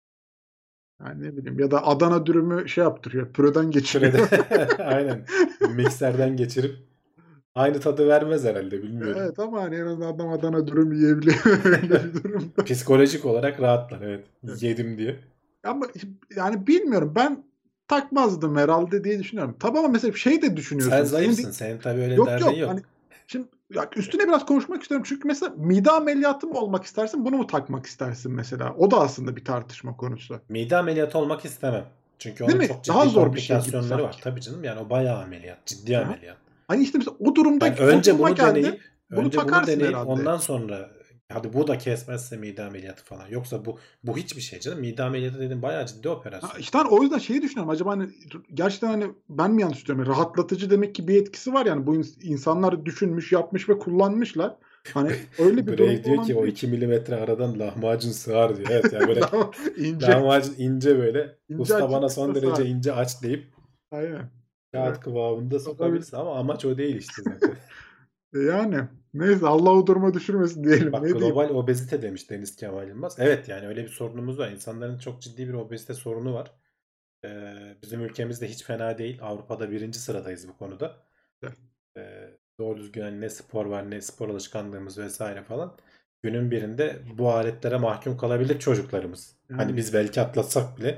Yani ne bileyim, ya da Adana dürümü şey yaptırıyor. Püreden Pürede geçiriyor. aynen mikserden geçirip aynı tadı vermez herhalde, bilmiyorum. Evet ama hani en azından adam Adana dürüm yiyebiliyor öyle bir durumda. Psikolojik olarak rahatlar, evet. Evet. Yedim diye. Ama yani bilmiyorum, ben takmazdım herhalde diye düşünüyorum. Tabii ama mesela şey de Sen düşünüyorsun. zayıfsın. Senin tabii öyle Yok derdin yok hani yok. şimdi ya üstüne biraz konuşmak istiyorum. Çünkü mesela mide ameliyatı mı olmak istersin, bunu mu takmak istersin mesela? O da aslında bir tartışma konusu. Mide ameliyatı olmak istemem. Çünkü Değil onun mi? çok Daha ciddi zor bir şey gibi komplikasyonları var. sanki. Tabii canım, yani o bayağı ameliyat. Ciddi Aha. ameliyat. Hani işte mesela o durumda Yani o önce duruma bunu geldin. deneyip Bunu önce bunu takarsın deneyip herhalde. ondan sonra hadi bu da kesmezse mide ameliyatı falan. Yoksa bu hiçbir şey canım. Mide ameliyatı dediğin bayağı ciddi Ha, operasyon. işte hani o yüzden şeyi düşünüyorum. Acaba hani gerçekten hani ben mi yanlış düşünüyorum? Yani rahatlatıcı demek ki bir etkisi var yani. Bu insanlar düşünmüş, yapmış ve kullanmışlar. Hani öyle bir Brave durumda diyor ki o olabilir. 2 milimetre aradan lahmacun sığar diyor. Evet yani böyle Daha ince lahmacun ince böyle. ince Usta bana açıklıkta son derece sar. ince aç deyip Aynen. Evet, kağıt kıvamında olabilir. sokabilirsin ama amaç o değil işte zaten. Yani neyse, Allah o duruma düşürmesin diyelim. Bak, Ne diyeyim? global obezite demiş Deniz Kemal Yılmaz. Evet, yani öyle bir sorunumuz var. İnsanların çok ciddi bir obezite sorunu var. Bizim ülkemizde hiç fena değil. Avrupa'da birinci sıradayız bu konuda. Doğru düzgün hani ne spor var, ne spor alışkanlığımız vesaire falan. Günün birinde bu aletlere mahkum kalabilir çocuklarımız. Hani Yani biz belki atlatsak bile.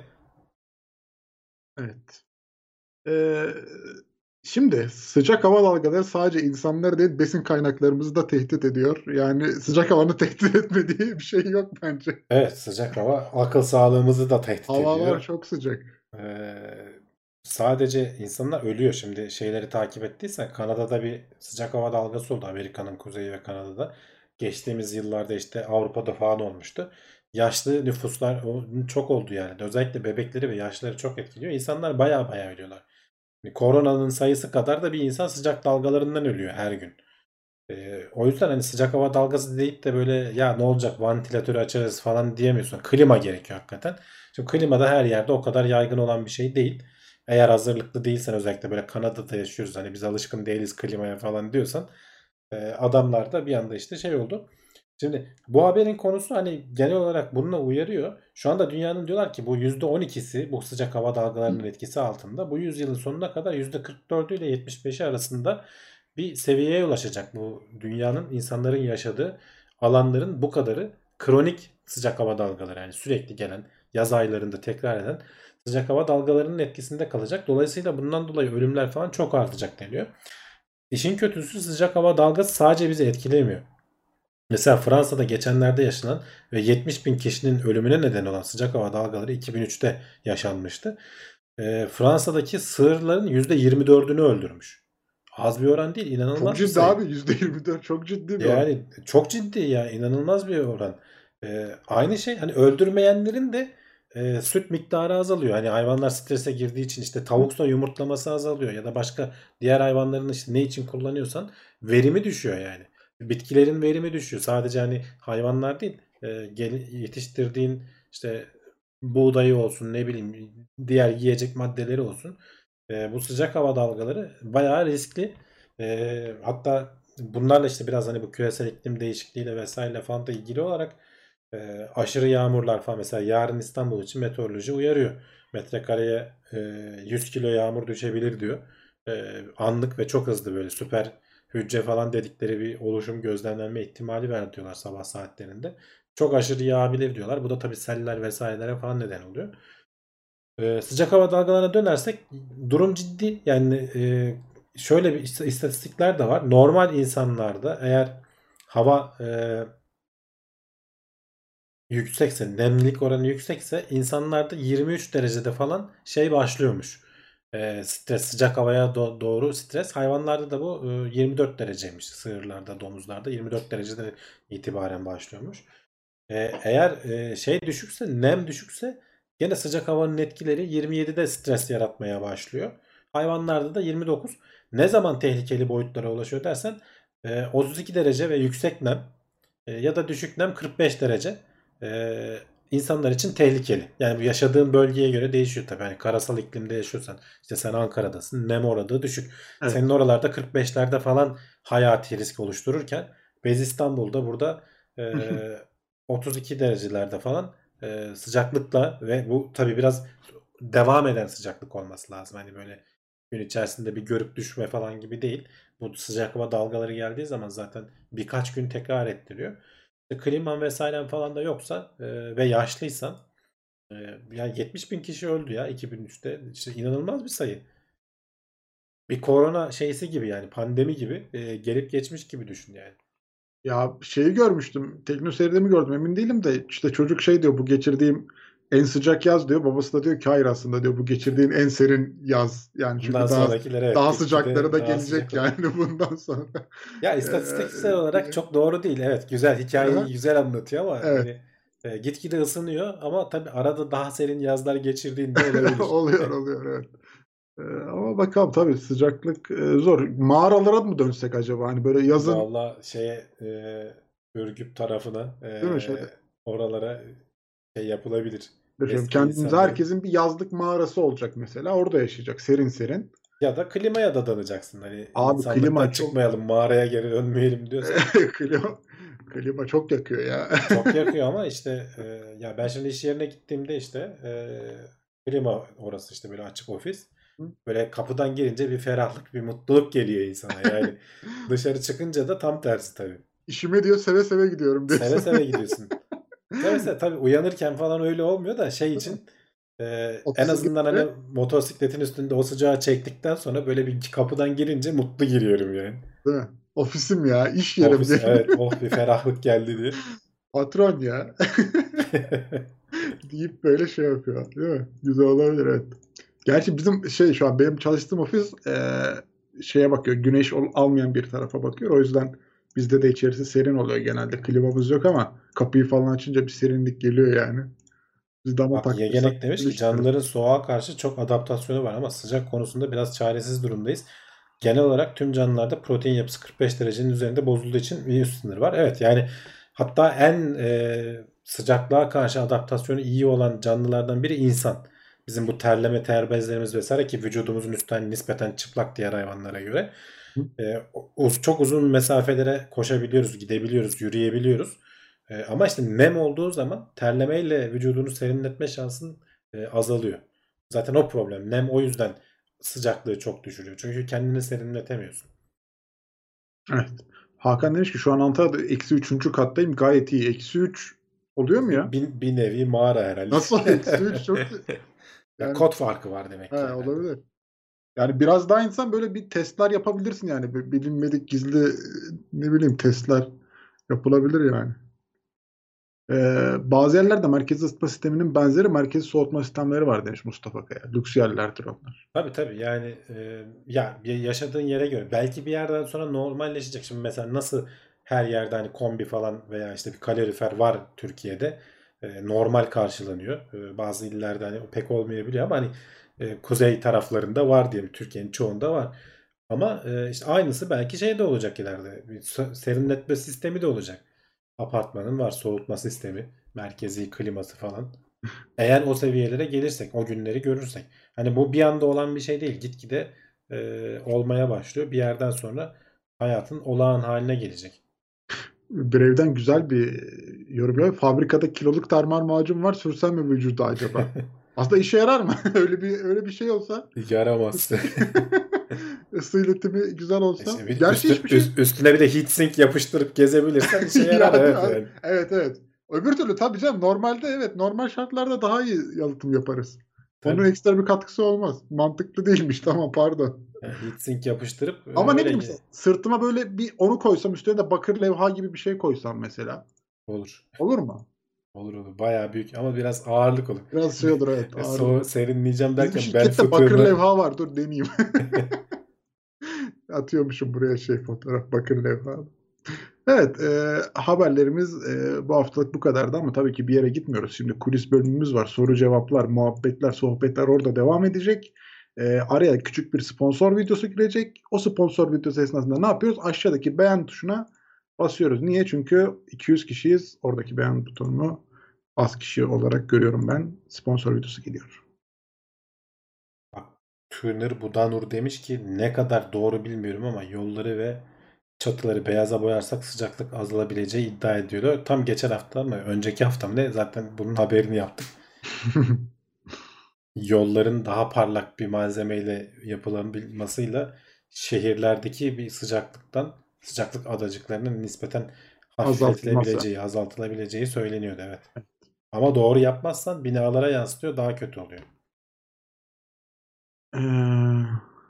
evet. Ee, Şimdi sıcak hava dalgaları sadece insanları değil, besin kaynaklarımızı da tehdit ediyor. Yani sıcak havanın tehdit etmediği bir şey yok bence. Evet, sıcak hava akıl sağlığımızı da tehdit Havalar ediyor. çok sıcak. Ee, sadece insanlar ölüyor. Şimdi şeyleri takip ettiysen Kanada'da bir sıcak hava dalgası oldu. Amerika'nın kuzeyi ve Kanada'da. Geçtiğimiz yıllarda işte Avrupa'da falan olmuştu. Yaşlı nüfuslar çok oldu yani. Özellikle bebekleri ve yaşlıları çok etkiliyor. İnsanlar baya baya ölüyorlar. Yani koronanın sayısı kadar da bir insan sıcak dalgalarından ölüyor her gün. O yüzden hani sıcak hava dalgası deyip de böyle ya ne olacak vantilatörü açarız falan diyemiyorsun. Klima gerekiyor hakikaten. Çünkü klima da her yerde o kadar yaygın olan bir şey değil. Eğer hazırlıklı değilsen özellikle böyle Kanada'da yaşıyoruz hani biz alışkın değiliz klimaya falan diyorsan adamlar da bir anda işte şey oldu. Şimdi bu haberin konusu hani genel olarak bununla uyarıyor. Şu anda dünyanın diyorlar ki bu %12'si bu sıcak hava dalgalarının etkisi altında. Bu yüzyılın sonuna kadar %44'ü ile 75'i arasında bir seviyeye ulaşacak. Bu dünyanın insanların yaşadığı alanların bu kadarı kronik sıcak hava dalgaları. Yani sürekli gelen yaz aylarında tekrar eden sıcak hava dalgalarının etkisinde kalacak. Dolayısıyla bundan dolayı ölümler falan çok artacak deniyor. İşin kötüsü sıcak hava dalgası sadece bizi etkilemiyor. Mesela Fransa'da geçenlerde yaşanan ve 70 bin kişinin ölümüne neden olan sıcak hava dalgaları 2003'te yaşanmıştı. Fransa'daki sığırların %24'ünü öldürmüş. Az bir oran değil, Çok inanılmaz bir ciddi sayı. abi. %24 çok ciddi bir oran. Yani çok ciddi ya, inanılmaz bir oran. Aynı şey hani öldürmeyenlerin de süt miktarı azalıyor. Hani hayvanlar strese girdiği için işte tavuksa yumurtlaması azalıyor ya da başka diğer hayvanların işte ne için kullanıyorsan verimi düşüyor yani. Bitkilerin verimi düşüyor. Sadece hani hayvanlar değil, yetiştirdiğin işte buğdayı olsun ne bileyim diğer yiyecek maddeleri olsun. Bu sıcak hava dalgaları bayağı riskli. Hatta bunlarla işte biraz hani bu küresel iklim değişikliğiyle vesaire falan da ilgili olarak aşırı yağmurlar falan mesela yarın İstanbul için meteoroloji uyarıyor. Metrekareye 100 kilo yağmur düşebilir diyor. Anlık ve çok hızlı böyle süper hücre falan dedikleri bir oluşum gözlemlenme ihtimali var diyorlar sabah saatlerinde. Çok aşırı yağabilir diyorlar. Bu da tabii seller vesairelere falan neden oluyor. Sıcak hava dalgalarına dönersek durum ciddi. Yani şöyle bir istatistikler de var. Normal insanlarda eğer hava yüksekse, nemlilik oranı yüksekse insanlarda 23 derecede falan şey başlıyormuş. Stres, sıcak havaya doğru stres. Hayvanlarda da bu 24 dereceymiş. Sığırlarda, domuzlarda 24 derecede itibaren başlıyormuş. Eğer şey düşükse, nem düşükse gene sıcak havanın etkileri 27'de stres yaratmaya başlıyor. Hayvanlarda da 29. Ne zaman tehlikeli boyutlara ulaşıyor dersen 32 derece ve yüksek nem ya da düşük nem 45 derece e, insanlar için tehlikeli. Yani bu yaşadığın bölgeye göre değişiyor tabii. Hani karasal iklimde yaşıyorsan işte sen Ankara'dasın, nem oranı düşük. Senin Evet. oralarda 45'lerde falan hayati risk oluştururken biz İstanbul'da burada e, 32 derecelerde falan sıcaklıkla ve bu tabii biraz devam eden sıcaklık olması lazım. Hani böyle gün içerisinde bir görüp düşme falan gibi değil. Bu sıcak hava dalgaları geldiği zaman zaten birkaç gün tekrar ettiriyor. İşte kliman vesaire falan da yoksa ve yaşlıysan e, yani 70 bin kişi öldü ya 2003'te. İşte inanılmaz bir sayı. Bir korona şeysi gibi yani pandemi gibi gelip geçmiş gibi düşün yani. Ya şeyi görmüştüm. TeknoSeyir'de mi gördüm emin değilim de işte çocuk şey diyor bu geçirdiğim en sıcak yaz diyor. Babası da diyor ki hayır aslında diyor bu geçirdiğin en serin yaz. Yani Bundan çünkü daha sonrakiler evet daha gitgide sıcakları da daha gelecek sıcak yani oluyor. bundan sonra. Ya Ee, istatistiksel olarak diye. çok doğru değil. Evet güzel hikayeyi Aha, güzel anlatıyor ama evet. hani gitgide ısınıyor ama tabii arada daha serin yazlar geçirdiğinde olabilir. Oluyor evet. Ama bakalım tabii sıcaklık zor. Mağaralara mı dönsek acaba? Hani böyle yazın Valla şeye Ürgüp tarafına değil mi şöyle oralara şey yapılabilir. düşünüyorum. Eski Kendimize insanların herkesin bir yazlık mağarası olacak mesela. Orada yaşayacak serin serin. ya da klimaya da danacaksın. Hani Abi klima insanlıktan çok çıkmayalım mağaraya geri dönmeyelim diyorsan klima, klima çok yakıyor ya. çok yakıyor ama işte ya ben şimdi iş yerine gittiğimde işte klima orası işte böyle açık ofis. Böyle kapıdan girince bir ferahlık, bir mutluluk geliyor insana. Yani dışarı çıkınca da tam tersi tabii. İşime diyor seve seve gidiyorum Seve diyorsun. seve gidiyorsun. Seve seve tabii uyanırken falan öyle olmuyor da şey Değil mi? için en Ofise azından hani gelince motosikletin üstünde o sıcağı çektikten sonra böyle bir kapıdan girince mutlu giriyorum yani. değil mi? Ofisim ya, iş yerim Ofis diye. evet oh bir ferahlık geldi diye. Patron ya deyip böyle şey yapıyor. Değil mi? Güzel olabilir evet. Gerçi bizim şu an benim çalıştığım ofis şeye bakıyor. Güneş almayan bir tarafa bakıyor. O yüzden bizde de içerisi serin oluyor genelde. Klimamız yok ama kapıyı falan açınca bir serinlik geliyor yani. Biz de ama Bak taktıysak Yegenek demiş ki çalışmıyoruz. canlıların soğuğa karşı çok adaptasyonu var ama sıcak konusunda biraz çaresiz durumdayız. Genel olarak tüm canlılarda protein yapısı 45 derecenin üzerinde bozulduğu için bir üst sınır var. Evet yani hatta en sıcaklığa karşı adaptasyonu iyi olan canlılardan biri insan. Bizim bu terleme, ter bezlerimiz vesaire ki vücudumuzun üstten nispeten çıplak diğer hayvanlara göre. Hı. Çok uzun mesafelere koşabiliyoruz, gidebiliyoruz, yürüyebiliyoruz. Ama işte nem olduğu zaman terlemeyle vücudunu serinletme şansın azalıyor. Zaten o problem. Nem o yüzden sıcaklığı çok düşürüyor. Çünkü kendini serinletemiyorsun. Evet. Hakan demiş ki şu an Antalya'da -3. kattayım. Gayet iyi. -3 oluyor mu ya? Bir nevi mağara herhalde. Nasıl -3 çok Ya yani kod farkı var demek ki herhalde. olabilir. Yani biraz daha insan böyle bir testler yapabilirsin yani. Bilinmedik gizli ne bileyim testler yapılabilir yani. Bazı yerlerde merkezi ısıtma sisteminin benzeri merkezi soğutma sistemleri var demiş Mustafa Kaya. Lüks yerlerdir onlar. Tabii yani ya yaşadığın yere göre belki bir yerden sonra normalleşecek. Şimdi mesela nasıl her yerde hani kombi falan veya işte bir kalorifer var Türkiye'de normal karşılanıyor. Bazı illerde hani pek olmayabiliyor ama hani kuzey taraflarında var diyelim. Türkiye'nin çoğunda var. Ama işte aynısı belki şeyde olacak ileride. Bir serinletme sistemi de olacak. Apartmanın var soğutma sistemi, merkezi kliması falan. Eğer o seviyelere gelirsek, o günleri görürsek. Hani bu bir anda olan bir şey değil. Gitgide olmaya başlıyor. Bir yerden sonra hayatın olağan haline gelecek. Brev'den güzel bir yorum yok. Fabrikada kiloluk termal macun var. Sürsem mi vücuda acaba? Aslında işe yarar mı? öyle bir şey olsa Yaramaz. ısı iletimi güzel olsa. İşte bir Gerçi hiçbir şey üstüne bir de heatsink yapıştırıp gezebilirsen işe yarar yani, evet yani. evet. Öbür türlü tabii canım normalde normal şartlarda daha iyi yalıtım yaparız. Onun Tabii. ekstra bir katkısı olmaz. Mantıklı değilmiş tamam pardon. Yani heatsink yapıştırıp Ama ne bileyim öyle mesela sırtıma böyle bir onu koysam üstüne de bakır levha gibi bir şey koysam mesela. olur. Olur mu? Olur. Bayağı büyük ama biraz ağırlık olur. Biraz şey olur evet ağır olur. Serinleyeceğim Bizim derken bel şirkette bakır fıtığını levha var dur deneyeyim. Atıyormuşum buraya fotoğraf bakır levha. Evet, haberlerimiz bu haftalık bu kadardı ama tabii ki bir yere gitmiyoruz. Şimdi kulis bölümümüz var. Soru cevaplar, muhabbetler, sohbetler orada devam edecek. Araya küçük bir sponsor videosu girecek. O sponsor videosu esnasında ne yapıyoruz? Aşağıdaki beğen tuşuna basıyoruz. Niye? Çünkü 200 kişiyiz. Oradaki beğen butonunu az kişi olarak görüyorum ben. Sponsor videosu geliyor. Bak, Tuner Budanur demiş ki ne kadar doğru bilmiyorum ama yolları ve çatıları beyaza boyarsak sıcaklık azalabileceği iddia ediyordu. Tam geçen hafta mı önceki hafta mı ne zaten bunun haberini yaptık. Yolların daha parlak bir malzemeyle yapılabilmesiyle şehirlerdeki bir sıcaklık adacıklarının nispeten Azaltılması. hafifletilebileceği, azaltılabileceği söyleniyordu evet. Ama doğru yapmazsan binalara yansıtıyor daha kötü oluyor. Ee,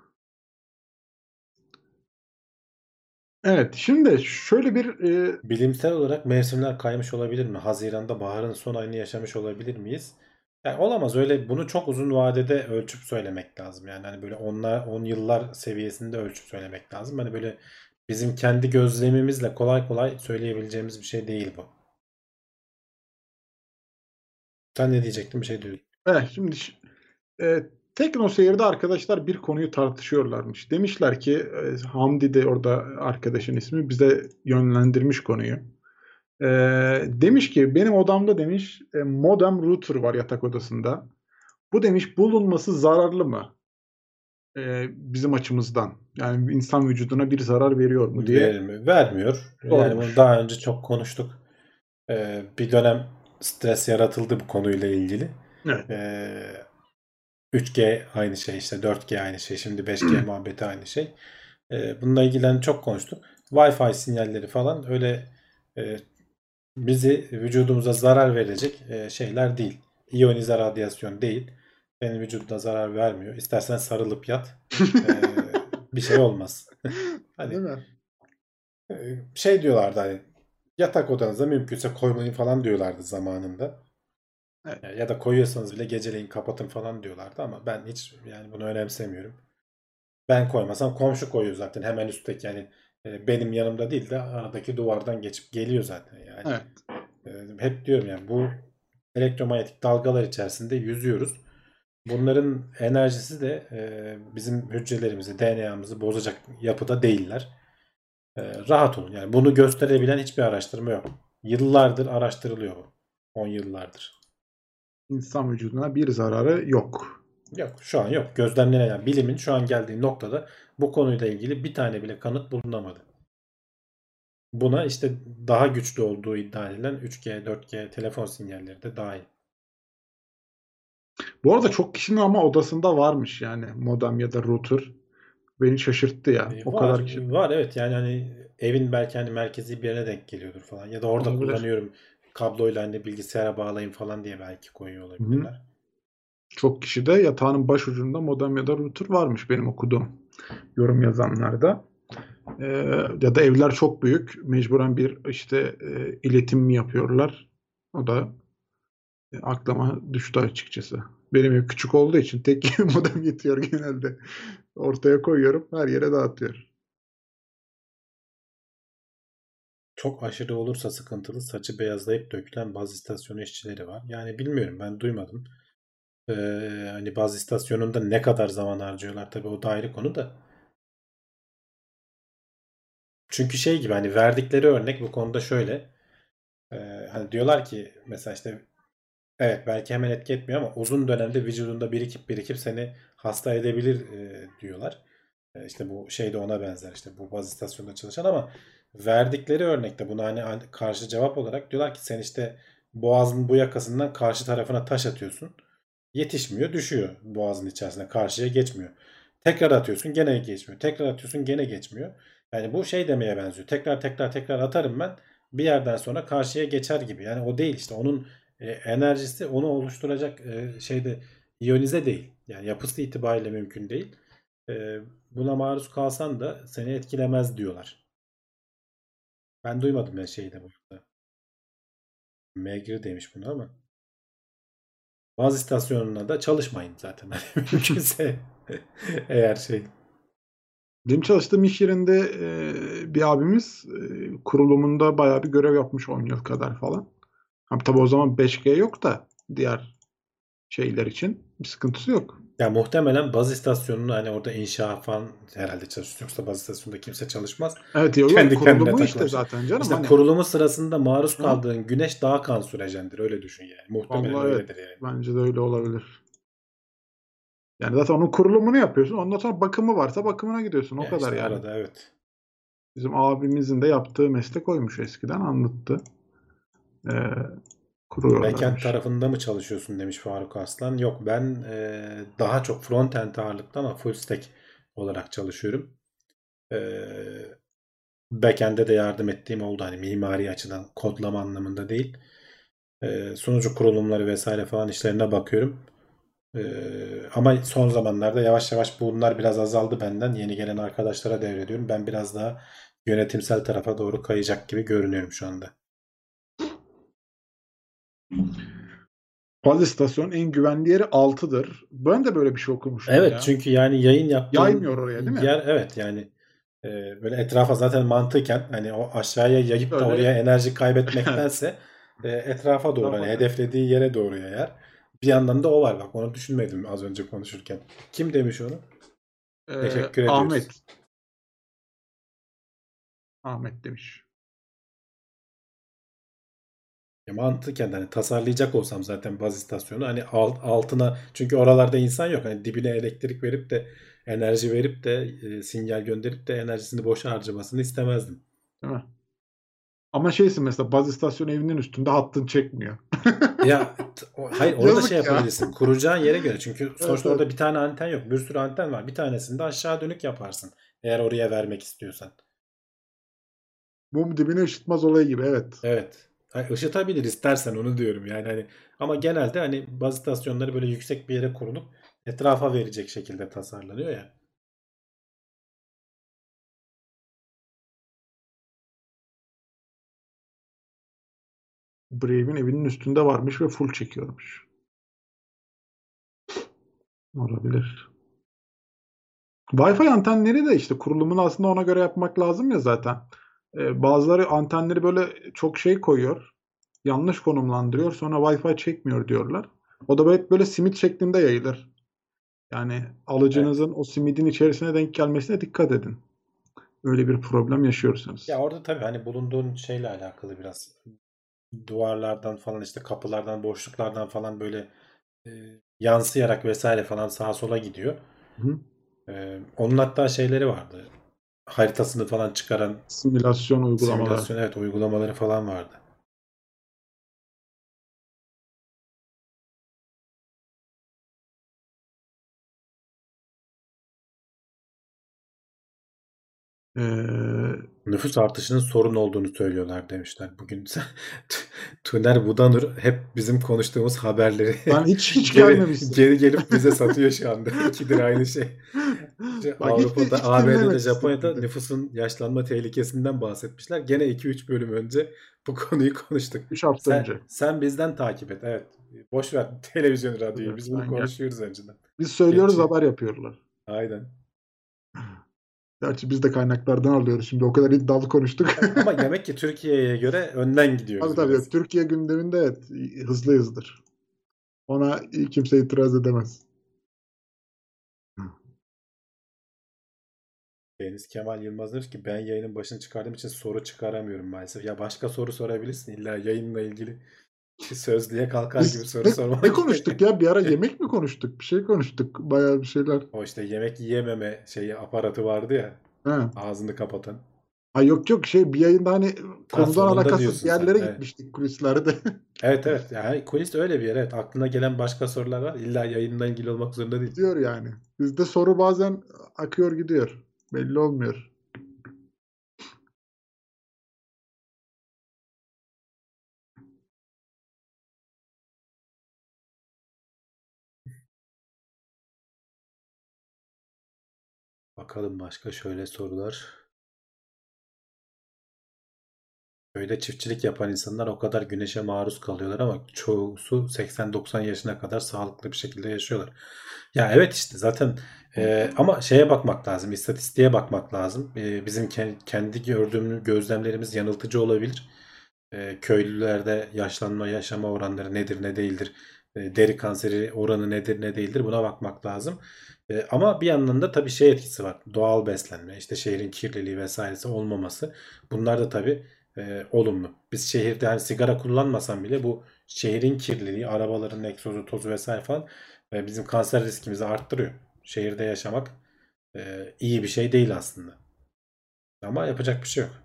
evet, şimdi şöyle bir Bilimsel olarak mevsimler kaymış olabilir mi? Haziran'da baharın son ayını yaşamış olabilir miyiz? Yani olamaz öyle bunu çok uzun vadede ölçüp söylemek lazım. Yani hani böyle 10 yıllar seviyesinde ölçüp söylemek lazım. Hani böyle bizim kendi gözlemimizle kolay kolay söyleyebileceğimiz bir şey değil bu. Sen ne diyecektin? Bir şey diyordun. evet, şimdi Tekno Seyir'de arkadaşlar bir konuyu tartışıyorlarmış. Demişler ki Hamdi de orada arkadaşın ismi bize yönlendirmiş konuyu. E, Demiş ki benim odamda demiş modem router var yatak odasında. Bu demiş bulunması zararlı mı? Bizim açımızdan. Yani insan vücuduna bir zarar veriyor mu diye Verir mi? Vermiyor. Yani bunu sormuş. daha önce çok konuştuk. Bir dönem stres yaratıldı bu konuyla ilgili. Evet. 3G aynı şey işte 4G aynı şey şimdi 5G muhabbeti aynı şey. Bununla ilgili hani çok konuştuk. Wi-Fi sinyalleri falan öyle e, bizi vücudumuza zarar verecek şeyler değil. İyonize radyasyon değil. Senin vücuduna zarar vermiyor. İstersen sarılıp yat. E, Bir şey olmaz. Hani Değil mi? şey diyorlardı hani yatak odanıza mümkünse koymayın falan diyorlardı zamanında. Evet. Ya da koyuyorsanız bile geceleyin kapatın falan diyorlardı ama ben hiç yani bunu önemsemiyorum. Ben koymasam komşu koyuyor zaten hemen üstteki, yani benim yanımda değil de aradaki duvardan geçip geliyor zaten yani. Evet. Hep diyorum yani bu elektromanyetik dalgalar içerisinde yüzüyoruz. Bunların enerjisi de bizim hücrelerimizi, DNA'mızı bozacak yapıda değiller. Rahat olun. Yani bunu gösterebilen hiçbir araştırma yok. Yıllardır araştırılıyor bu. 10 yıllardır. İnsan vücuduna bir zararı yok. Yok, şu an yok. Gözlemlenen, yani bilimin şu an geldiği noktada bu konuyla ilgili bir tane bile kanıt bulunamadı. Buna işte daha güçlü olduğu iddia edilen 3G, 4G telefon sinyalleri de dahil. Bu arada çok kişinin ama odasında varmış yani modem ya da router. Beni şaşırttı ya. O Var, kadar kişi var, evet, yani hani evin belki hani merkezi bir yerine denk geliyordur falan. Ya da orada olabilir. kullanıyorum kabloyla hani bilgisayara bağlayayım falan diye belki koyuyor Hı hı. olabilirler. Çok kişide yatağının başucunda modem ya da router varmış benim okuduğum yorum yazanlarda. Ee, Ya da evler çok büyük. Mecburen bir işte iletim mi yapıyorlar? O da aklıma düştü açıkçası. Benim ev küçük olduğu için tek modem yetiyor genelde. Ortaya koyuyorum, her yere dağıtıyor. Çok aşırı olursa sıkıntılı, saçı beyazlayıp dökülen baz istasyonu işçileri var. Yani bilmiyorum, ben duymadım. Hani baz istasyonunda ne kadar zaman harcıyorlar, tabii o da ayrı konu da. Çünkü şey gibi, hani verdikleri örnek bu konuda şöyle. Hani diyorlar ki mesela işte evet belki hemen etki etmiyor ama uzun dönemde vücudunda birikip birikip seni hasta edebilir diyorlar. İşte bu şey de ona benzer, işte bu baz istasyonunda çalışan, ama verdikleri örnekte buna hani karşı cevap olarak diyorlar ki sen işte boğazın bu yakasından karşı tarafına taş atıyorsun. Yetişmiyor, düşüyor boğazın içerisine, karşıya geçmiyor. Tekrar atıyorsun, gene geçmiyor. Tekrar atıyorsun, gene geçmiyor. Yani bu şey demeye benziyor. Tekrar tekrar tekrar atarım ben. Bir yerden sonra karşıya geçer gibi. Yani o değil işte. Onun enerjisi onu oluşturacak şeyde iyonize değil. Yani yapısı itibariyle mümkün değil. E, Buna maruz kalsan da seni etkilemez diyorlar. Ben duymadım ya şeyde bu arada. Megri demiş bunu ama. Baz istasyonuna da çalışmayın zaten. Hani mümkünse eğer şey. Benim çalıştığım iş yerinde bir abimiz kurulumunda bayağı bir görev yapmış 10 yıl kadar falan. Ama tabii o zaman 5G yok da diğer şeyler için bir sıkıntısı yok. Ya muhtemelen baz istasyonunu hani orada inşa falan herhalde çalışıyor. Yoksa baz istasyonunda kimse çalışmaz. Evet, yok yok, Kendi kendine kurulumu işte takılamış. zaten canım İşte hani. kurulumu sırasında maruz Ha? kaldığın güneş daha kanserojendir. Öyle düşün yani. Muhtemelen Vallahi evet. öyledir yani. Bence de öyle olabilir. Yani zaten onun kurulumunu yapıyorsun. Ondan sonra bakımı varsa bakımına gidiyorsun. O Ya kadar işte yani. arada evet. Bizim abimizin de yaptığı meslek oymuş eskiden anlattı. Ee, Backend Kuruyorlarmış. tarafında mı çalışıyorsun demiş Faruk Aslan. Yok, ben daha çok frontend ağırlıklı ama full stack olarak çalışıyorum. Backend'e de yardım ettiğim oldu. Hani mimari açıdan kodlama anlamında değil. Sunucu kurulumları vesaire falan işlerine bakıyorum. Ama son zamanlarda yavaş yavaş bunlar biraz azaldı benden. Yeni gelen arkadaşlara devrediyorum. Ben biraz daha yönetimsel tarafa doğru kayacak gibi görünüyorum şu anda. Baz istasyonun en güvenli yeri 6'dır. Ben de böyle bir şey okumuştum Evet, ya. çünkü yani yayın yaptığın Yaymıyor oraya değil mi? yer, evet yani böyle etrafa zaten mantıken hani o aşağıya yayıp da Öyle oraya enerji kaybetmektense etrafa doğru, hani etrafa hedeflediği yere doğru yayar. Bir yandan da o var, bak onu düşünmedim az önce konuşurken. Kim demiş onu? Teşekkür ediyoruz. Ahmet. Ahmet demiş. Ya mantıken hani tasarlayacak olsam zaten baz istasyonu hani altına, çünkü oralarda insan yok. Hani dibine elektrik verip de enerji verip de sinyal gönderip de enerjisini boşa harcamasını istemezdim. Değil mi? Ama şeysin mesela baz istasyonu evinin üstünde hattın çekmiyor. Ya hayır, onu da şey Yazık ya. yapabilirsin. Kuracağın yere göre. Çünkü Evet sonuçta evet. orada bir tane anten yok. Bir sürü anten var. Bir tanesini de aşağı dönük yaparsın. Eğer oraya vermek istiyorsan. Mum dibine ışıtmaz olayı gibi evet. Evet. Hani ışıtabilir istersen, onu diyorum. Yani hani ama genelde hani baz istasyonları böyle yüksek bir yere kurulup etrafa verecek şekilde tasarlanıyor ya. Brave'in evinin üstünde varmış ve full çekiyormuş. Olabilir. Wi-Fi antenleri de işte kurulumunu aslında ona göre yapmak lazım ya zaten. Bazıları antenleri böyle çok şey koyuyor. Yanlış konumlandırıyor. Sonra Wi-Fi çekmiyor diyorlar. O da böyle simit şeklinde yayılır. Yani Evet. alıcınızın o simidin içerisine denk gelmesine dikkat edin. Öyle bir problem yaşıyorsanız. Ya orada tabii hani bulunduğun şeyle alakalı biraz. Duvarlardan falan işte kapılardan, boşluklardan falan böyle yansıyarak vesaire falan sağa sola gidiyor. Hı. Onun hatta şeyleri vardı. Haritasını falan çıkaran Simülasyon uygulamalar. simülasyon, evet, uygulamaları falan vardı. Ee, Nüfus artışının sorun olduğunu söylüyorlar demişler. Bugün Tuner Budanur hep bizim konuştuğumuz haberleri Ben hiç geri gelmemişsin. geri gelip bize satıyor şu anda. İkidir aynı şey. Bak Avrupa'da, hiç ABD'de, dinlememişsin Japonya'da bizi. nüfusun yaşlanma tehlikesinden bahsetmişler. Gene 2-3 bölüm önce bu konuyu konuştuk. 3 hafta önce. Sen bizden takip et. Evet. Boş ver televizyon, radyoyu. Evet, Biz bunu sen gel. konuşuyoruz önceden. Biz söylüyoruz, Geçi. haber yapıyorlar. Aynen. Gerçi biz de kaynaklardan alıyoruz. Şimdi o kadar iddialı konuştuk. Ama demek ki Türkiye'ye göre önden Tabii gidiyoruz tabii. biraz. Türkiye gündeminde evet, hızlıyızdır. Ona kimse itiraz edemez. Deniz Kemal Yılmaz demiş ki ben yayının başını çıkardığım için soru çıkaramıyorum maalesef. Ya başka soru sorabilirsin. İlla yayınla ilgili sözlüğe kalkar gibi Biz soru sormana ne gerek konuştuk yok. ya? Bir ara yemek mi konuştuk? Bir şey konuştuk. Bayağı bir şeyler. O işte yemek yiyememe şeyi aparatı vardı ya. Ha. Ağzını kapatan. Ay yok yok bir yayında hani Ta konudan sonunda alakasız diyorsun sen. yerlere Evet. gitmiştik kulislerde. Evet evet. Yani kulis öyle bir yer. Evet. Aklına gelen başka sorular var. İlla yayınla ilgili olmak zorunda değil. Gidiyor yani. Bizde soru bazen akıyor gidiyor. Belli olmuyor. Bakalım başka şöyle sorular. Köyde çiftçilik yapan insanlar o kadar güneşe maruz kalıyorlar ama çoğusu 80-90 yaşına kadar sağlıklı bir şekilde yaşıyorlar. Ya evet işte zaten ama şeye bakmak lazım, istatistiğe bakmak lazım. Bizim kendi gördüğümüz gözlemlerimiz yanıltıcı olabilir. Köylülerde yaşama oranları nedir ne değildir, deri kanseri oranı nedir ne değildir, buna bakmak lazım. Ama bir yandan da tabii şey etkisi var. Doğal beslenme, işte şehrin kirliliği vesairesi olmaması. Bunlar da tabii olumlu. Biz şehirde hani sigara kullanmasan bile bu şehrin kirliliği, arabaların egzozu, tozu vesaire falan bizim kanser riskimizi arttırıyor. Şehirde yaşamak iyi bir şey değil aslında. Ama yapacak bir şey yok.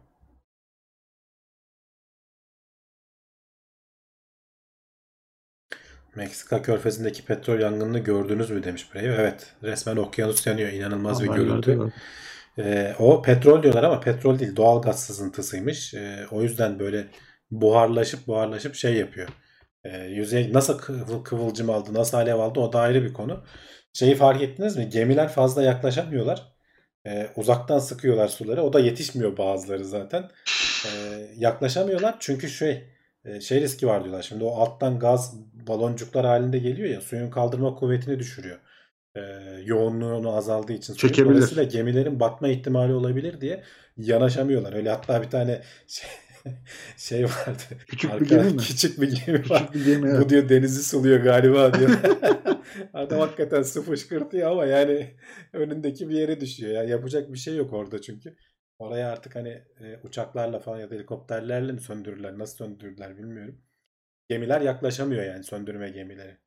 Meksika körfezindeki petrol yangınını gördünüz mü demiş Brave. Evet. Resmen okyanus yanıyor. İnanılmaz bir Haberlerde görüntü. var. O petrol diyorlar ama petrol değil. Doğal gaz sızıntısıymış. O yüzden böyle buharlaşıp şey yapıyor. Yüzeye nasıl kıvılcım aldı, nasıl alev aldı o da ayrı bir konu. Şeyi fark ettiniz mi? Gemiler fazla yaklaşamıyorlar. Uzaktan sıkıyorlar suları. O da yetişmiyor bazıları zaten. Yaklaşamıyorlar çünkü şey riski var diyorlar. Şimdi o alttan gaz baloncuklar halinde geliyor ya, suyun kaldırma kuvvetini düşürüyor. Ee, Yoğunluğunu azaldığı için suyun. Dolayısıyla Çekebilir. gemilerin batma ihtimali olabilir diye yanaşamıyorlar. Öyle hatta bir tane şey, şey vardı. Küçük bir gemi mi? Küçük bir gemi var. Küçük bir gemi, Bu evet. diyor denizi suluyor galiba diyor. Adam hakikaten su fışkırtıyor ama yani önündeki bir yere düşüyor. Yani yapacak bir şey yok orada çünkü. Oraya artık hani uçaklarla falan ya da helikopterlerle mi söndürürler, nasıl söndürürler bilmiyorum. Gemiler yaklaşamıyor yani, söndürme gemileri.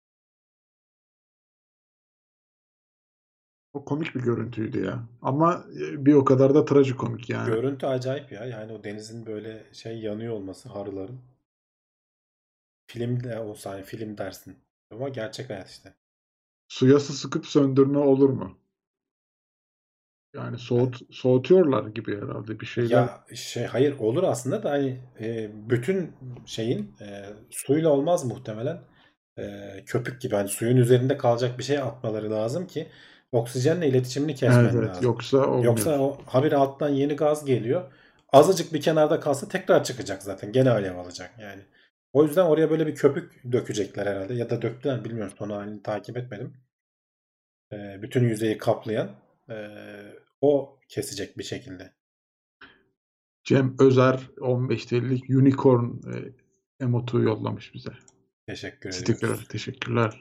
O komik bir görüntüydü ya. Ama bir o kadar da trajikomik yani. Görüntü acayip ya. Yani o denizin böyle şey yanıyor olması, harıların. Filmde olsa hani film dersin. Ama gerçek hayat işte. Suya su sıkıp söndürme olur mu? Yani soğutuyorlar gibi herhalde bir şeyler. Ya şey, hayır olur aslında da hani bütün şeyin suyla olmaz muhtemelen. Köpük gibi hani suyun üzerinde kalacak bir şey atmaları lazım ki oksijenle iletişimini Evet kesmen evet, lazım. yoksa Yoksa olmuyor. o habire alttan yeni gaz geliyor. Azıcık bir kenarda kalsa tekrar çıkacak zaten. Gene alev alacak yani. O yüzden oraya böyle bir köpük dökecekler herhalde. Ya da döktüler bilmiyorum. Son halini takip etmedim. Bütün yüzeyi kaplayan o kesecek bir şekilde. Cem Özer 15 TL'lik unicorn emotu yollamış bize. Teşekkür Sticker. ediyoruz. Teşekkürler.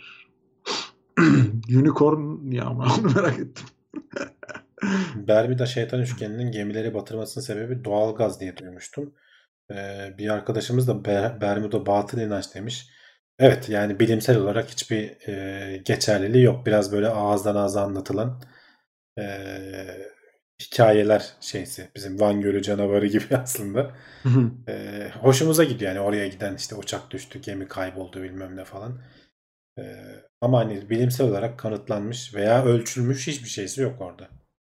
Unicorn niye ama onu merak ettim. Bermuda Şeytan Üçgeni'nin gemileri batırmasının sebebi doğalgaz diye duymuştum. Bir arkadaşımız da Bermuda batıl inanç demiş. Evet, yani bilimsel olarak hiçbir geçerliliği yok. Biraz böyle ağızdan ağza anlatılan hikayeler şeysi. Bizim Van Gölü canavarı gibi aslında. Hoşumuza gidiyor yani, oraya giden işte uçak düştü, gemi kayboldu bilmem ne falan. Ama hani bilimsel olarak kanıtlanmış veya ölçülmüş hiçbir şeysi yok orada.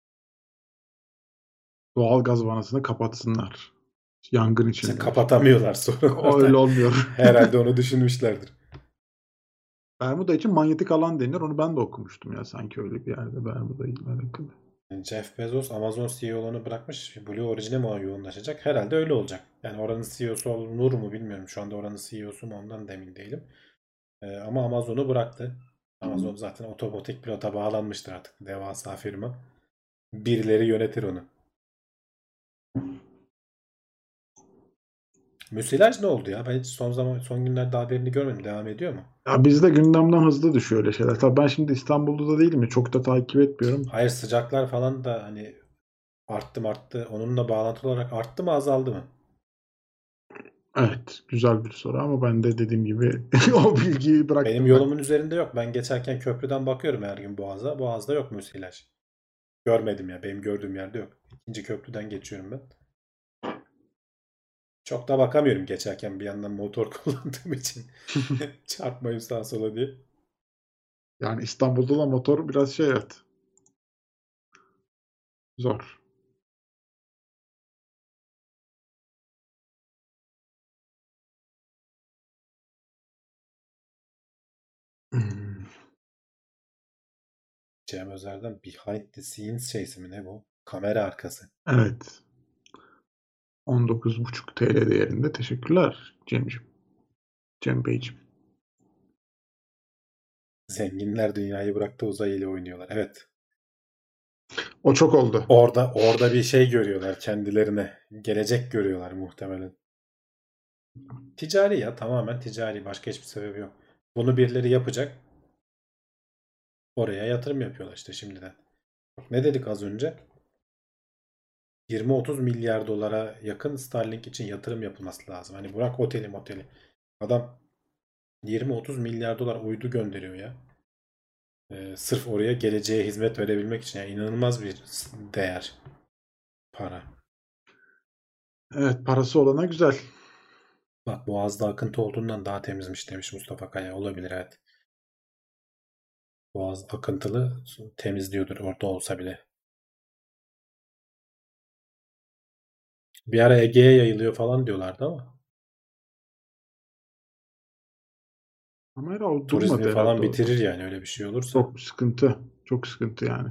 Doğal gaz vanasını kapatsınlar. Yangın İşte için. kapatamıyorlar sonra. Öyle olmuyor. Herhalde onu düşünmüşlerdir. Bermuda için manyetik alan denir. Onu ben de okumuştum ya sanki öyle bir yerde Bermuda ile alakalı. Jeff Bezos Amazon CEO'luğunu bırakmış. Blue Origin'e mi yoğunlaşacak? Herhalde öyle olacak. Yani oranın CEO'su olur mu bilmiyorum. Şu anda oranın CEO'su mu ondan da emin değilim. Ama Amazon'u bıraktı. Amazon zaten otomatik pilota bağlanmıştır artık. Devasa firma. Birileri yönetir onu. Müsilaj ne oldu ya? Ben hiç son günlerde haberini görmedim. Devam ediyor mu? Ya bizde gündemden hızlı düşüyor öyle şeyler. Tabii ben şimdi İstanbul'da da değilim ya. Çok da takip etmiyorum. Hayır, sıcaklar falan da hani arttı. Onunla bağlantılı olarak arttı mı azaldı mı? Evet. Güzel bir soru ama ben de dediğim gibi o bilgiyi bıraktım. Benim yolumun üzerinde yok. Ben geçerken köprüden bakıyorum her gün Boğaz'a. Boğaz'da yok müsilaj. Görmedim ya. Benim gördüğüm yerde yok. İkinci köprüden geçiyorum ben. Çok da bakamıyorum geçerken, bir yandan motor kullandığım için. Çarpmayayım sağa sola diye. Yani İstanbul'da da motor biraz şey evet. Zor. Hmm. Cem Özer'den Behind the Scenes şeysi mi ne bu? Kamera arkası. Evet. 19,5 TL değerinde. Teşekkürler Cem'ciğim. Cem Beyciğim. Zenginler dünyayı bıraktı, uzay ile oynuyorlar. Evet. O çok oldu. Orada bir şey görüyorlar kendilerine. Gelecek görüyorlar muhtemelen. Ticari ya, tamamen ticari. Başka hiçbir sebebi yok. Bunu birileri yapacak. Oraya yatırım yapıyorlar işte şimdiden. Ne dedik az önce? 20-30 milyar dolara yakın Starlink için yatırım yapılması lazım. Hani bırak oteli moteli. Adam 20-30 milyar dolar uydu gönderiyor ya. Sırf oraya geleceğe hizmet verebilmek için. Yani inanılmaz bir değer. Para. Evet parası olana güzel. Bak, Boğaz'da akıntı olduğundan daha temizmiş demiş Mustafa Kaya. Olabilir, evet. Boğaz akıntılı, temizliyordur orada olsa bile. Bir ara Ege'ye yayılıyor falan diyorlardı ama. Ama herhalde o Turizmi durmadı falan herhalde orada. bitirir yani öyle bir şey olursa. Çok sıkıntı. Çok sıkıntı yani.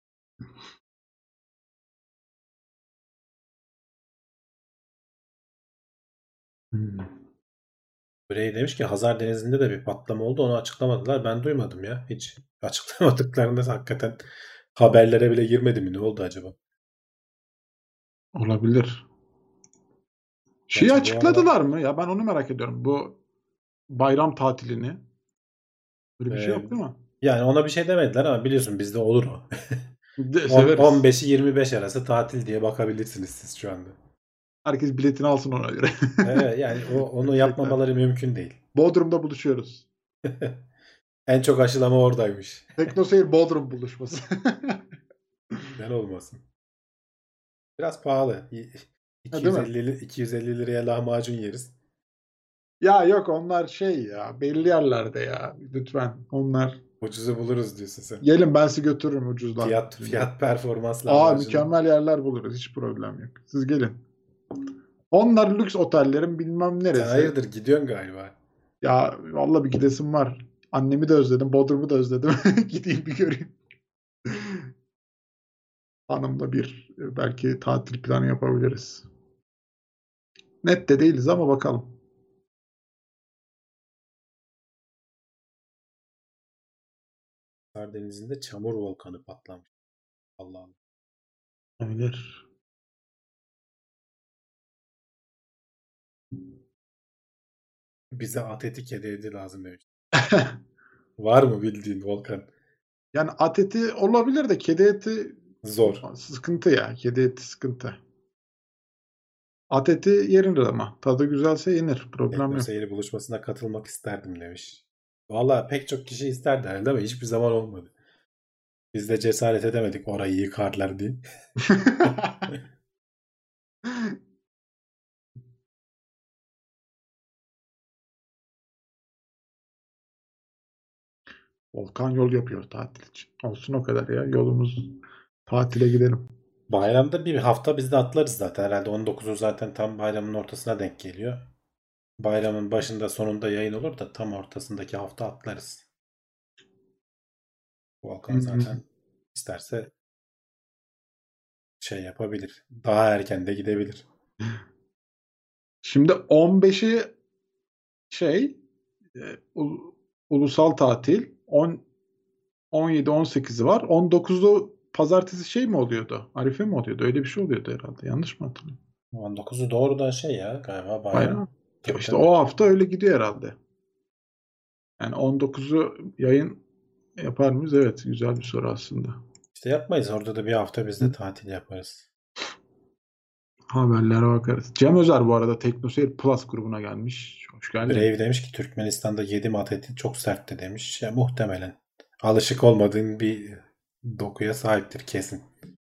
Hmm. Birey demiş ki Hazar Denizi'nde de bir patlama oldu. Onu açıklamadılar. Ben duymadım ya. Hiç açıklamadıklarında hakikaten haberlere bile girmedi mi? Ne oldu acaba? Olabilir. Şeyi Gerçi bu aralar açıkladılar mı? Ya ben onu merak ediyorum. Bu bayram tatilini. Böyle bir şey e, yok değil mi? yani ona bir şey demediler ama biliyorsun bizde olur o. Severiz. 15'i 25 arası tatil diye bakabilirsiniz siz şu anda. Herkes biletini alsın ona göre. Yani onu Biletler. yapmamaları mümkün değil. Bodrum'da buluşuyoruz. En çok aşılama oradaymış. Teknoseyir Bodrum buluşması. Neden olmasın? Biraz pahalı. Ha, değil mi? 250 liraya lahmacun yeriz. Ya yok onlar şey ya belli yerlerde ya. Lütfen onlar. Ucuzu buluruz diyorsun sen. Gelin ben sizi götürürüm ucuz lahmacuncu. Fiyat performans Aa lahmacunu. mükemmel yerler buluruz. Hiç problem yok. Siz gelin. Onlar lüks otellerin bilmem Sen neresi. hayırdır gidiyorsun galiba. Ya vallahi bir gidesim var. Annemi de özledim. Bodrum'u da özledim. Gideyim bir göreyim. Hanımla bir belki tatil planı yapabiliriz. Net de değiliz ama bakalım. Karadeniz'inde çamur volkanı patlamış. Allah'ım. Olabilir. Bize Ateti Kedi lazım demiş. Var mı bildiğin volkan? Yani at eti olabilir de kedi eti Zor. sıkıntı ya. Kedi eti sıkıntı. At eti yenir ama. Tadı güzelse yenir. Problem Tekno yok. Seyri buluşmasına katılmak isterdim demiş. Valla pek çok kişi isterdi herhalde ama hiçbir zaman olmadı. Biz de cesaret edemedik orayı yıkarlar diye. Volkan yol yapıyor tatil için. Olsun o kadar ya. Yolumuz tatile gidelim. Bayramda bir hafta biz de atlarız zaten. Herhalde 19'u zaten tam bayramın ortasına denk geliyor. Bayramın başında sonunda yayın olur da tam ortasındaki hafta atlarız. Volkan zaten isterse şey yapabilir. Daha erken de gidebilir. Şimdi 15'i şey ulusal tatil. 17-18'i var. 19'u pazartesi şey mi oluyordu? Arife mi oluyordu? Öyle bir şey oluyordu herhalde. Yanlış mı hatırlıyorum? 19'u doğrudan şey ya galiba bayram. Bayram. Ya Tabii, işte tabii. o hafta öyle gidiyor herhalde. Yani 19'u yayın yapar mıyız? Evet. Güzel bir soru aslında. İşte yapmayız. Orada da bir hafta biz de tatil yaparız. Haberlere bakarız. Cem Özer bu arada TeknoSeyir Plus grubuna gelmiş. Hoş geldin. Brave demiş ki Türkmenistan'da 7 ateti çok sertti demiş. Ya muhtemelen. Alışık olmadığın bir dokuya sahiptir kesin.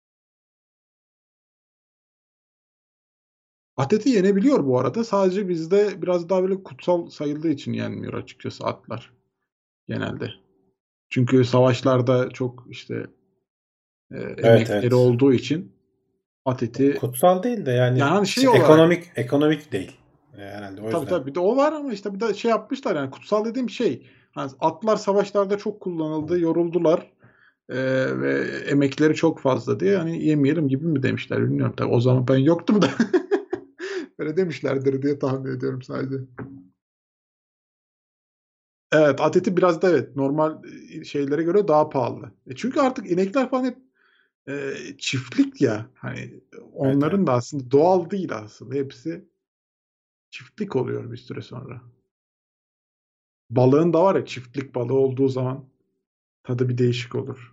Ateti yenebiliyor bu arada. Sadece bizde biraz daha böyle kutsal sayıldığı için yenmiyor açıkçası atlar. Genelde. Çünkü savaşlarda çok işte emekleri evet. olduğu için Ateti Kutsal değil de yani yani şey olarak ekonomik değil. Herhalde o yüzden. tabii bir de o var ama işte bir de şey yapmışlar yani kutsal dediğim şey hani atlar savaşlarda çok kullanıldı, yoruldular ve emekleri çok fazla diye hani yemeyelim gibi mi demişler bilmiyorum tabii o zaman ben yoktum da öyle demişlerdir diye tahmin ediyorum sadece. Evet, at eti biraz da evet normal şeylere göre daha pahalı. Çünkü artık inekler falan hep çiftlik ya. Hani onların Evet. da aslında doğal değil aslında. Hepsi çiftlik oluyor bir süre sonra. Balığın da var ya çiftlik balığı olduğu zaman tadı bir değişik olur.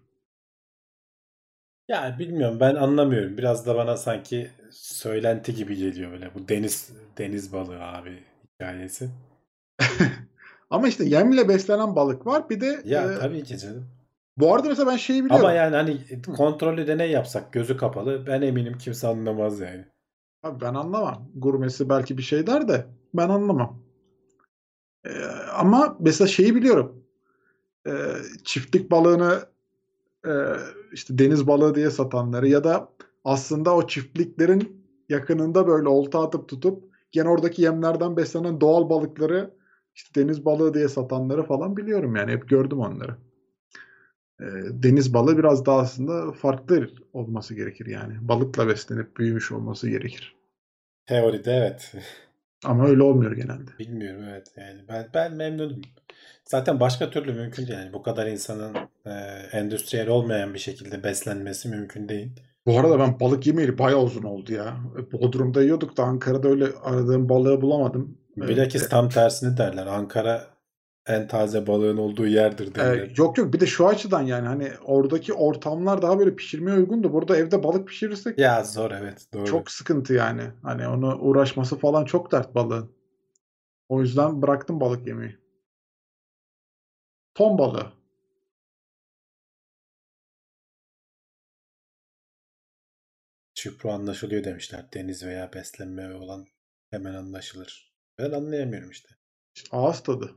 Ya bilmiyorum ben anlamıyorum. Biraz da bana sanki söylenti gibi geliyor böyle. Bu deniz balığı abi hikayesi. Ama işte yemle beslenen balık var. Bir de Ya tabii ki canım. bu arada mesela ben şeyi Ama biliyorum. yani hani Hı. kontrollü deney yapsak gözü kapalı ben eminim kimse anlamaz yani. Abi ben anlamam. Gurmesi belki bir şey der de ben anlamam. E, ama mesela şeyi biliyorum. E, çiftlik balığını e, işte deniz balığı diye satanları ya da aslında o çiftliklerin yakınında böyle olta atıp tutup gene oradaki yemlerden beslenen doğal balıkları işte deniz balığı diye satanları falan biliyorum yani hep gördüm onları. Deniz balığı biraz daha aslında farklı olması gerekir yani. Balıkla beslenip büyümüş olması gerekir. Teoride evet. Ama öyle olmuyor genelde. Bilmiyorum evet yani ben memnunum. Zaten başka türlü mümkün değil yani bu kadar insanın endüstriyel olmayan bir şekilde beslenmesi mümkün değil. Bu arada ben balık yemeyeli bayağı uzun oldu ya. Bodrum'da yiyorduk da Ankara'da öyle aradığım balığı bulamadım. Bir Bilakis de tam tersini derler. Ankara en taze balığın olduğu yerdir derler. yok bir de şu açıdan yani hani oradaki ortamlar daha böyle pişirmeye uygundu. Burada evde balık pişirirsek Ya zor evet doğru. çok sıkıntı yani. Hani onu uğraşması falan çok dert balığın. O yüzden bıraktım balık yemeyi. Ton balığı. Çupra anlaşılıyor demişler. Deniz veya beslenme olan hemen anlaşılır. Ben anlayamıyorum işte. İşte ağız tadı.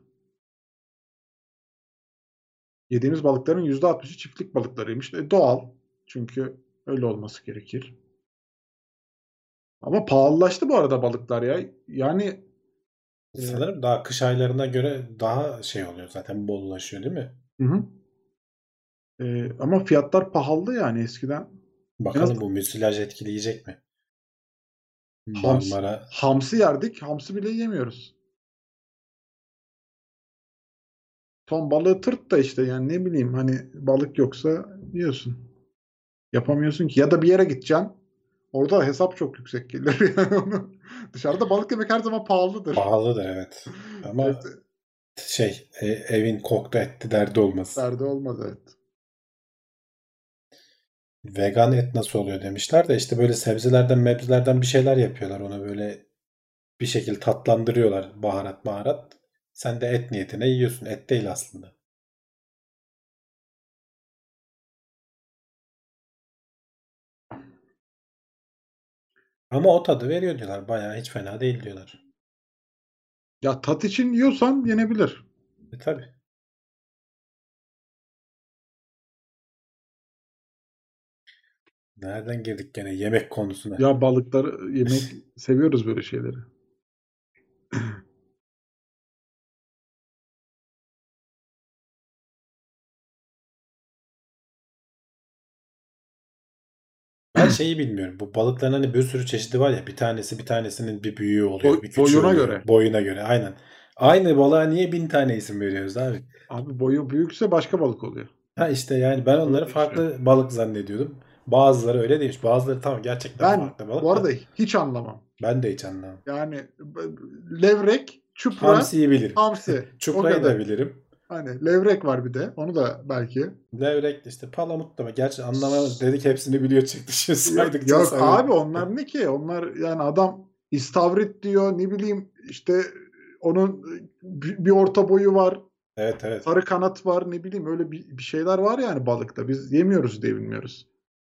Yediğimiz balıkların %60'ı çiftlik balıklarıymış. Doğal. Çünkü öyle olması gerekir. Ama pahalılaştı bu arada balıklar ya. Yani Sanırım daha kış aylarına göre daha şey oluyor zaten bollaşıyor değil mi? hı hı. Ama fiyatlar pahalı yani eskiden. En az Bakalım bu müsilaj etkileyecek mi? hamsi, Marmara hamsi yerdik. Hamsi bile yemiyoruz. ton balığı tırt da işte yani ne bileyim hani balık yoksa yiyorsun. Yapamıyorsun ki. Ya da bir yere gideceksin. Orada hesap çok yüksek gelir. Yani onu. Dışarıda balık yemek her zaman pahalıdır. Pahalıdır evet. Ama Evet, evin koktu etti derdi olmaz. derdi olmaz evet. Vegan et nasıl oluyor demişler de işte böyle sebzelerden mebzelerden bir şeyler yapıyorlar. Ona böyle bir şekilde tatlandırıyorlar baharat maharat. Sen de et niyetine yiyorsun. Et değil aslında. Ama o tadı veriyor diyorlar. Bayağı hiç fena değil diyorlar. Ya tat için yiyorsan yenebilir. Tabii. Nereden girdik gene yemek konusuna? Ya balıkları yemek seviyoruz böyle şeyleri. Ben şeyi bilmiyorum. Bu balıkların hani bir sürü çeşidi var ya. Bir tanesi bir tanesinin bir büyüğü oluyor. Bir küçüğü Boyuna oluyor. göre. Boyuna göre. Aynen. Aynı balığa niye 1000 tane isim veriyoruz abi? Abi boyu büyükse başka balık oluyor. Ha işte yani ben Öyle onları değişiyor. farklı balık zannediyordum. Bazıları öyle değilmiş. Bazıları tamam gerçekten Ben farklı bu balık arada da. hiç anlamam. Ben de hiç anlamam. Yani levrek, çupra, Hamsiyi bilirim. hamsi. O Çuprayı da kadar. bilirim. Hani levrek var bir de. Onu da belki. Levrek işte palamut da mı? Gerçi anlamamız dedik hepsini biliyor çıktı. Şimdi Yok, saydıkça yok abi saydık. onlar ne ki? Onlar yani adam istavrit diyor ne bileyim işte onun bir orta boyu var. Evet evet. Sarı kanat var ne bileyim öyle bir şeyler var yani balıkta. Biz yemiyoruz diye bilmiyoruz.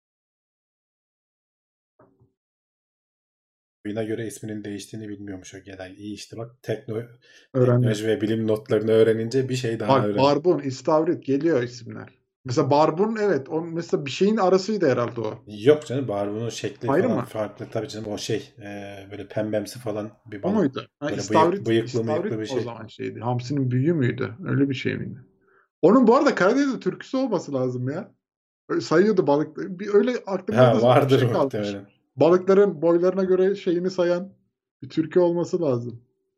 Boyuna göre isminin değiştiğini bilmiyormuş o Geday. İyi işte bak Öğrendim. teknoloji ve bilim notlarını öğrenince bir şey daha Bak öğren. barbun, istavrit geliyor isimler. Mesela barbun evet o mesela bir şeyin arasıydı herhalde o. Yok canım barbunun şekli Ayrı falan mı? farklı. Tabii canım o böyle pembemsi falan bir O balık. muydu? Ha, Böyle bıyıklı istavrit mıyıklı bir o şey. zaman şeydi. Hamsinin büyüğü müydü? Öyle bir şey miydi? Onun bu arada Karadeniz'de türküsü olması lazım ya. Öyle sayıyordu balık. Öyle aklımda da Ha bir vardır şey kalmış. muhtemelen. Balıkların boylarına göre şeyini sayan bir türkü olması lazım.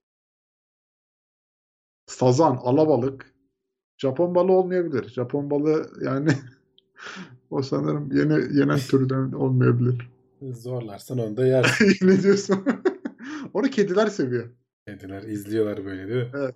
Sazan, alabalık. Japon balığı olmayabilir. Japon balığı yani o sanırım yenen türden olmayabilir. Zorlarsan onu da yersin. Ne diyorsun? Onu kediler seviyor. Kediler izliyorlar böyle değil mi? Evet.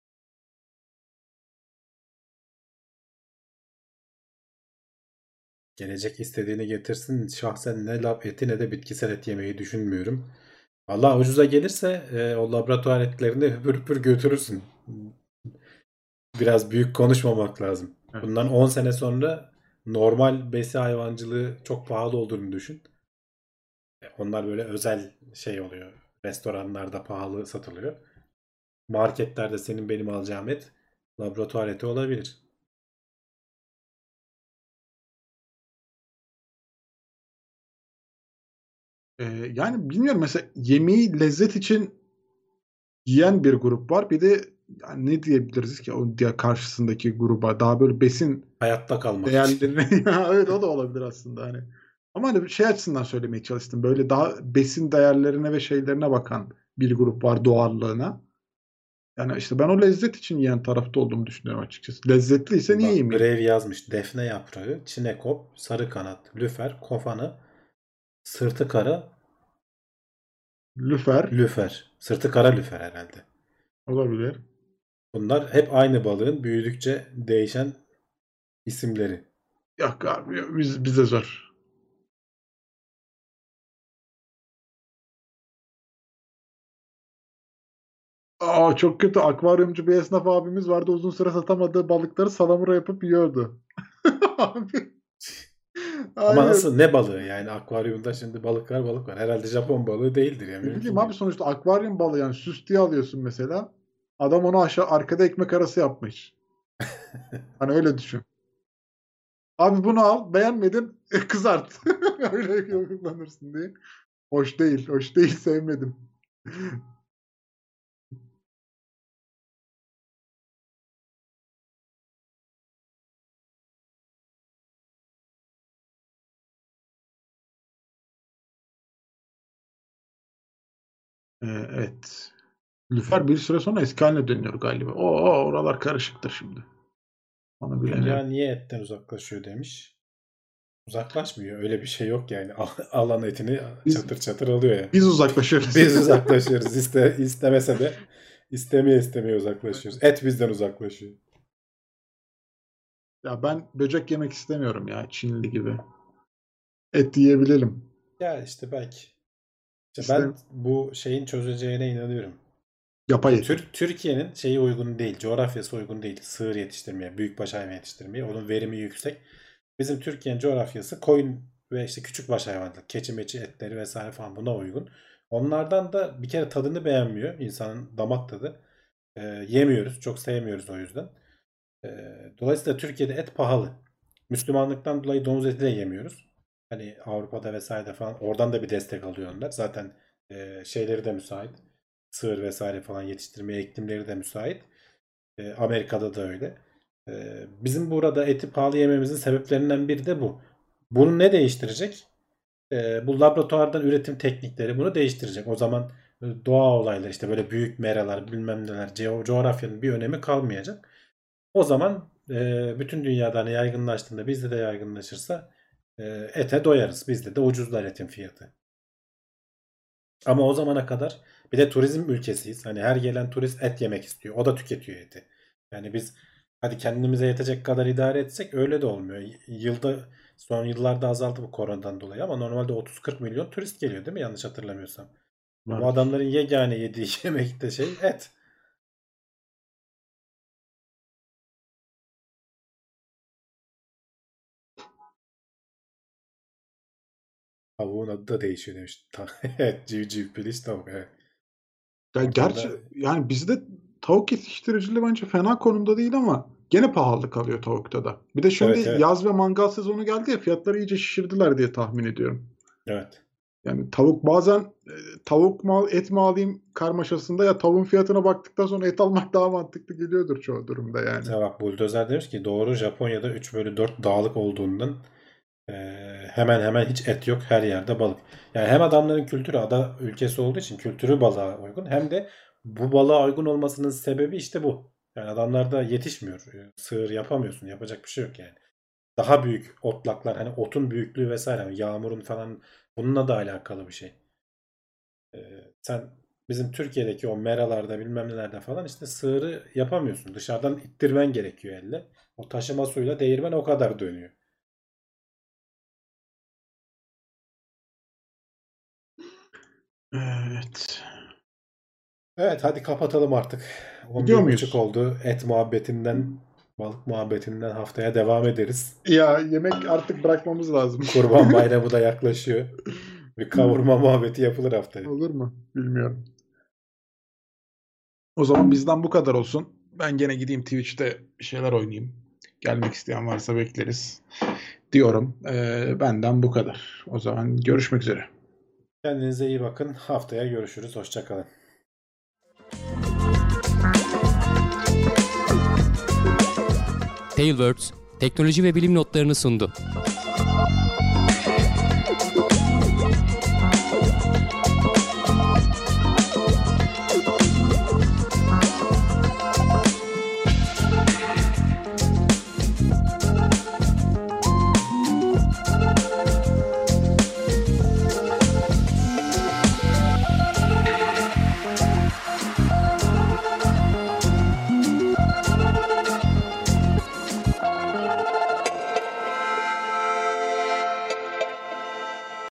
Gelecek istediğini getirsin. Şahsen ne lab eti ne de bitkisel et yemeyi düşünmüyorum. Vallahi ucuza gelirse o laboratuvar etlerini hüpür hüpür götürürsün. Biraz büyük konuşmamak lazım. Bundan Evet. 10 sene sonra normal besi hayvancılığı çok pahalı olduğunu düşün. Onlar böyle özel şey oluyor. Restoranlarda pahalı satılıyor. Marketlerde senin benim alacağım et laboratuvar eti olabilir. Yani bilmiyorum mesela yemeği lezzet için yiyen bir grup var. Bir de yani ne diyebiliriz ki o diğer karşısındaki gruba daha böyle besin Hayatta kalmak için. değerlerine ya evet o da olabilir aslında hani. Ama hani şey açısından söylemeye çalıştım. Böyle daha besin değerlerine ve şeylerine bakan bir grup var doğallığına. Yani işte ben o lezzet için yiyen tarafta olduğumu düşünüyorum açıkçası. Lezzetliyse niye Bak yemeyeyim? Grev yazmış. Defne yaprağı, çinekop, sarı kanat, lüfer, kofanı, sırtı kara, Lüfer lüfer. Sırtı kara lüfer herhalde. olabilir. Bunlar hep aynı balığın büyüdükçe değişen isimleri. Yok abi bize zor. Aa çok kötü. Akvaryumcu bir esnaf abimiz vardı. Uzun süre satamadığı balıkları salamura yapıp yiyordu. Abi Ama hayır. nasıl ne balığı yani akvaryumda şimdi balık var. Herhalde Japon balığı değildir ya Ne bileyim mümkün abi değil. sonuçta akvaryum balığı yani süs diye alıyorsun mesela. Adam onu aşağı arkada ekmek arası yapmış. Hani öyle düşün. Abi bunu al beğenmedin kızart. Öyle kullanırsın diye. Hoş değil. Hoş değil sevmedim. Evet. Lüfer bir süre sonra eski haline dönüyor galiba. Oo oralar karışıktır şimdi. Onu Dünya bilemiyorum. niye etten uzaklaşıyor demiş. Uzaklaşmıyor. Öyle bir şey yok yani. Alan etini Biz- çatır çatır alıyor ya. Biz uzaklaşıyoruz. Biz uzaklaşıyoruz. İstemese de istemeye uzaklaşıyoruz. Et bizden uzaklaşıyor. Ya ben böcek yemek istemiyorum ya, Çinli gibi. Et yiyebilelim. Ya işte belki. İşte İstem- ben bu şeyin çözeceğine inanıyorum. Yapay eti. Türkiye'nin şeyi uygun değil. Coğrafyası uygun değil. Sığır yetiştirmeye, büyükbaş hayvan yetiştirmeye. Onun verimi yüksek. Bizim Türkiye'nin coğrafyası koyun ve işte küçükbaş hayvancılık. Keçi meçi etleri vesaire falan buna uygun. Onlardan da bir kere tadını beğenmiyor. İnsanın damak tadı. Yemiyoruz. Çok sevmiyoruz o yüzden. Dolayısıyla Türkiye'de et pahalı. Müslümanlıktan dolayı domuz eti de yemiyoruz. Hani Avrupa'da vesaire falan oradan da bir destek alıyor onlar. Zaten şeyleri de müsait. Sığır vesaire falan yetiştirmeye iklimleri de müsait. Amerika'da da öyle. Bizim burada eti pahalı yememizin sebeplerinden biri de bu. Bunu ne değiştirecek? Bu laboratuvardan üretim teknikleri bunu değiştirecek. O zaman doğa olayları işte böyle büyük meralar bilmem neler coğrafyanın bir önemi kalmayacak. O zaman bütün dünyada hani yaygınlaştığında bizde de yaygınlaşırsa ete doyarız. Bizde de ucuzlar etin fiyatı. Ama o zamana kadar bir de turizm ülkesiyiz. Hani her gelen turist et yemek istiyor. O da tüketiyor eti. Yani biz hadi kendimize yetecek kadar idare etsek öyle de olmuyor. Son yıllarda azaldı bu koronadan dolayı ama normalde 30-40 milyon turist geliyor değil mi? Yanlış hatırlamıyorsam. Bu Evet. adamların yegane yediği yemek de şey et. Tavuğun adı da değişiyor demiş. Evet, civciv, piliç, tavuk. Evet. Ya Oradan gerçi da yani bizde tavuk yetiştiriciliği bence fena konumda değil ama gene pahalı kalıyor tavukta da. Bir de şimdi evet. yaz ve mangal sezonu geldi ya, fiyatları iyice şişirdiler diye tahmin ediyorum. Evet. Yani tavuk bazen tavuk mu et mi alayım karmaşasında, ya tavuğun fiyatına baktıktan sonra et almak daha mantıklı geliyordur çoğu durumda yani. Mesela bak Buldozer demiş ki doğru, Japonya'da 3/4 dağlık olduğundan hemen hemen hiç et yok, her yerde balık. Yani hem adamların kültürü ada ülkesi olduğu için kültürü balığa uygun, hem de bu balığa uygun olmasının sebebi işte bu. Yani adamlarda yetişmiyor. Sığır yapamıyorsun. Yapacak bir şey yok yani. Daha büyük otlaklar hani otun büyüklüğü vesaire yani yağmurun falan bununla da alakalı bir şey. Sen bizim Türkiye'deki o meralarda bilmem nelerde falan işte sığırı yapamıyorsun. Dışarıdan ittirmen gerekiyor elle. O taşıma suyla değirmen o kadar dönüyor. Evet. Evet, hadi kapatalım artık. Gidiyor 11.30 muyuz? oldu. Et muhabbetinden, balık muhabbetinden haftaya devam ederiz. Ya yemek artık bırakmamız lazım. Kurban Bayramı da yaklaşıyor. Bir kavurma muhabbeti yapılır haftaya. Olur mu? Bilmiyorum. O zaman bizden bu kadar olsun. Ben gene gideyim Twitch'te bir şeyler oynayayım. Gelmek isteyen varsa bekleriz diyorum. Benden bu kadar. O zaman görüşmek üzere. Kendinize iyi bakın. Haftaya görüşürüz. Hoşça kalın. Tailwords teknoloji ve bilim notlarını sundu.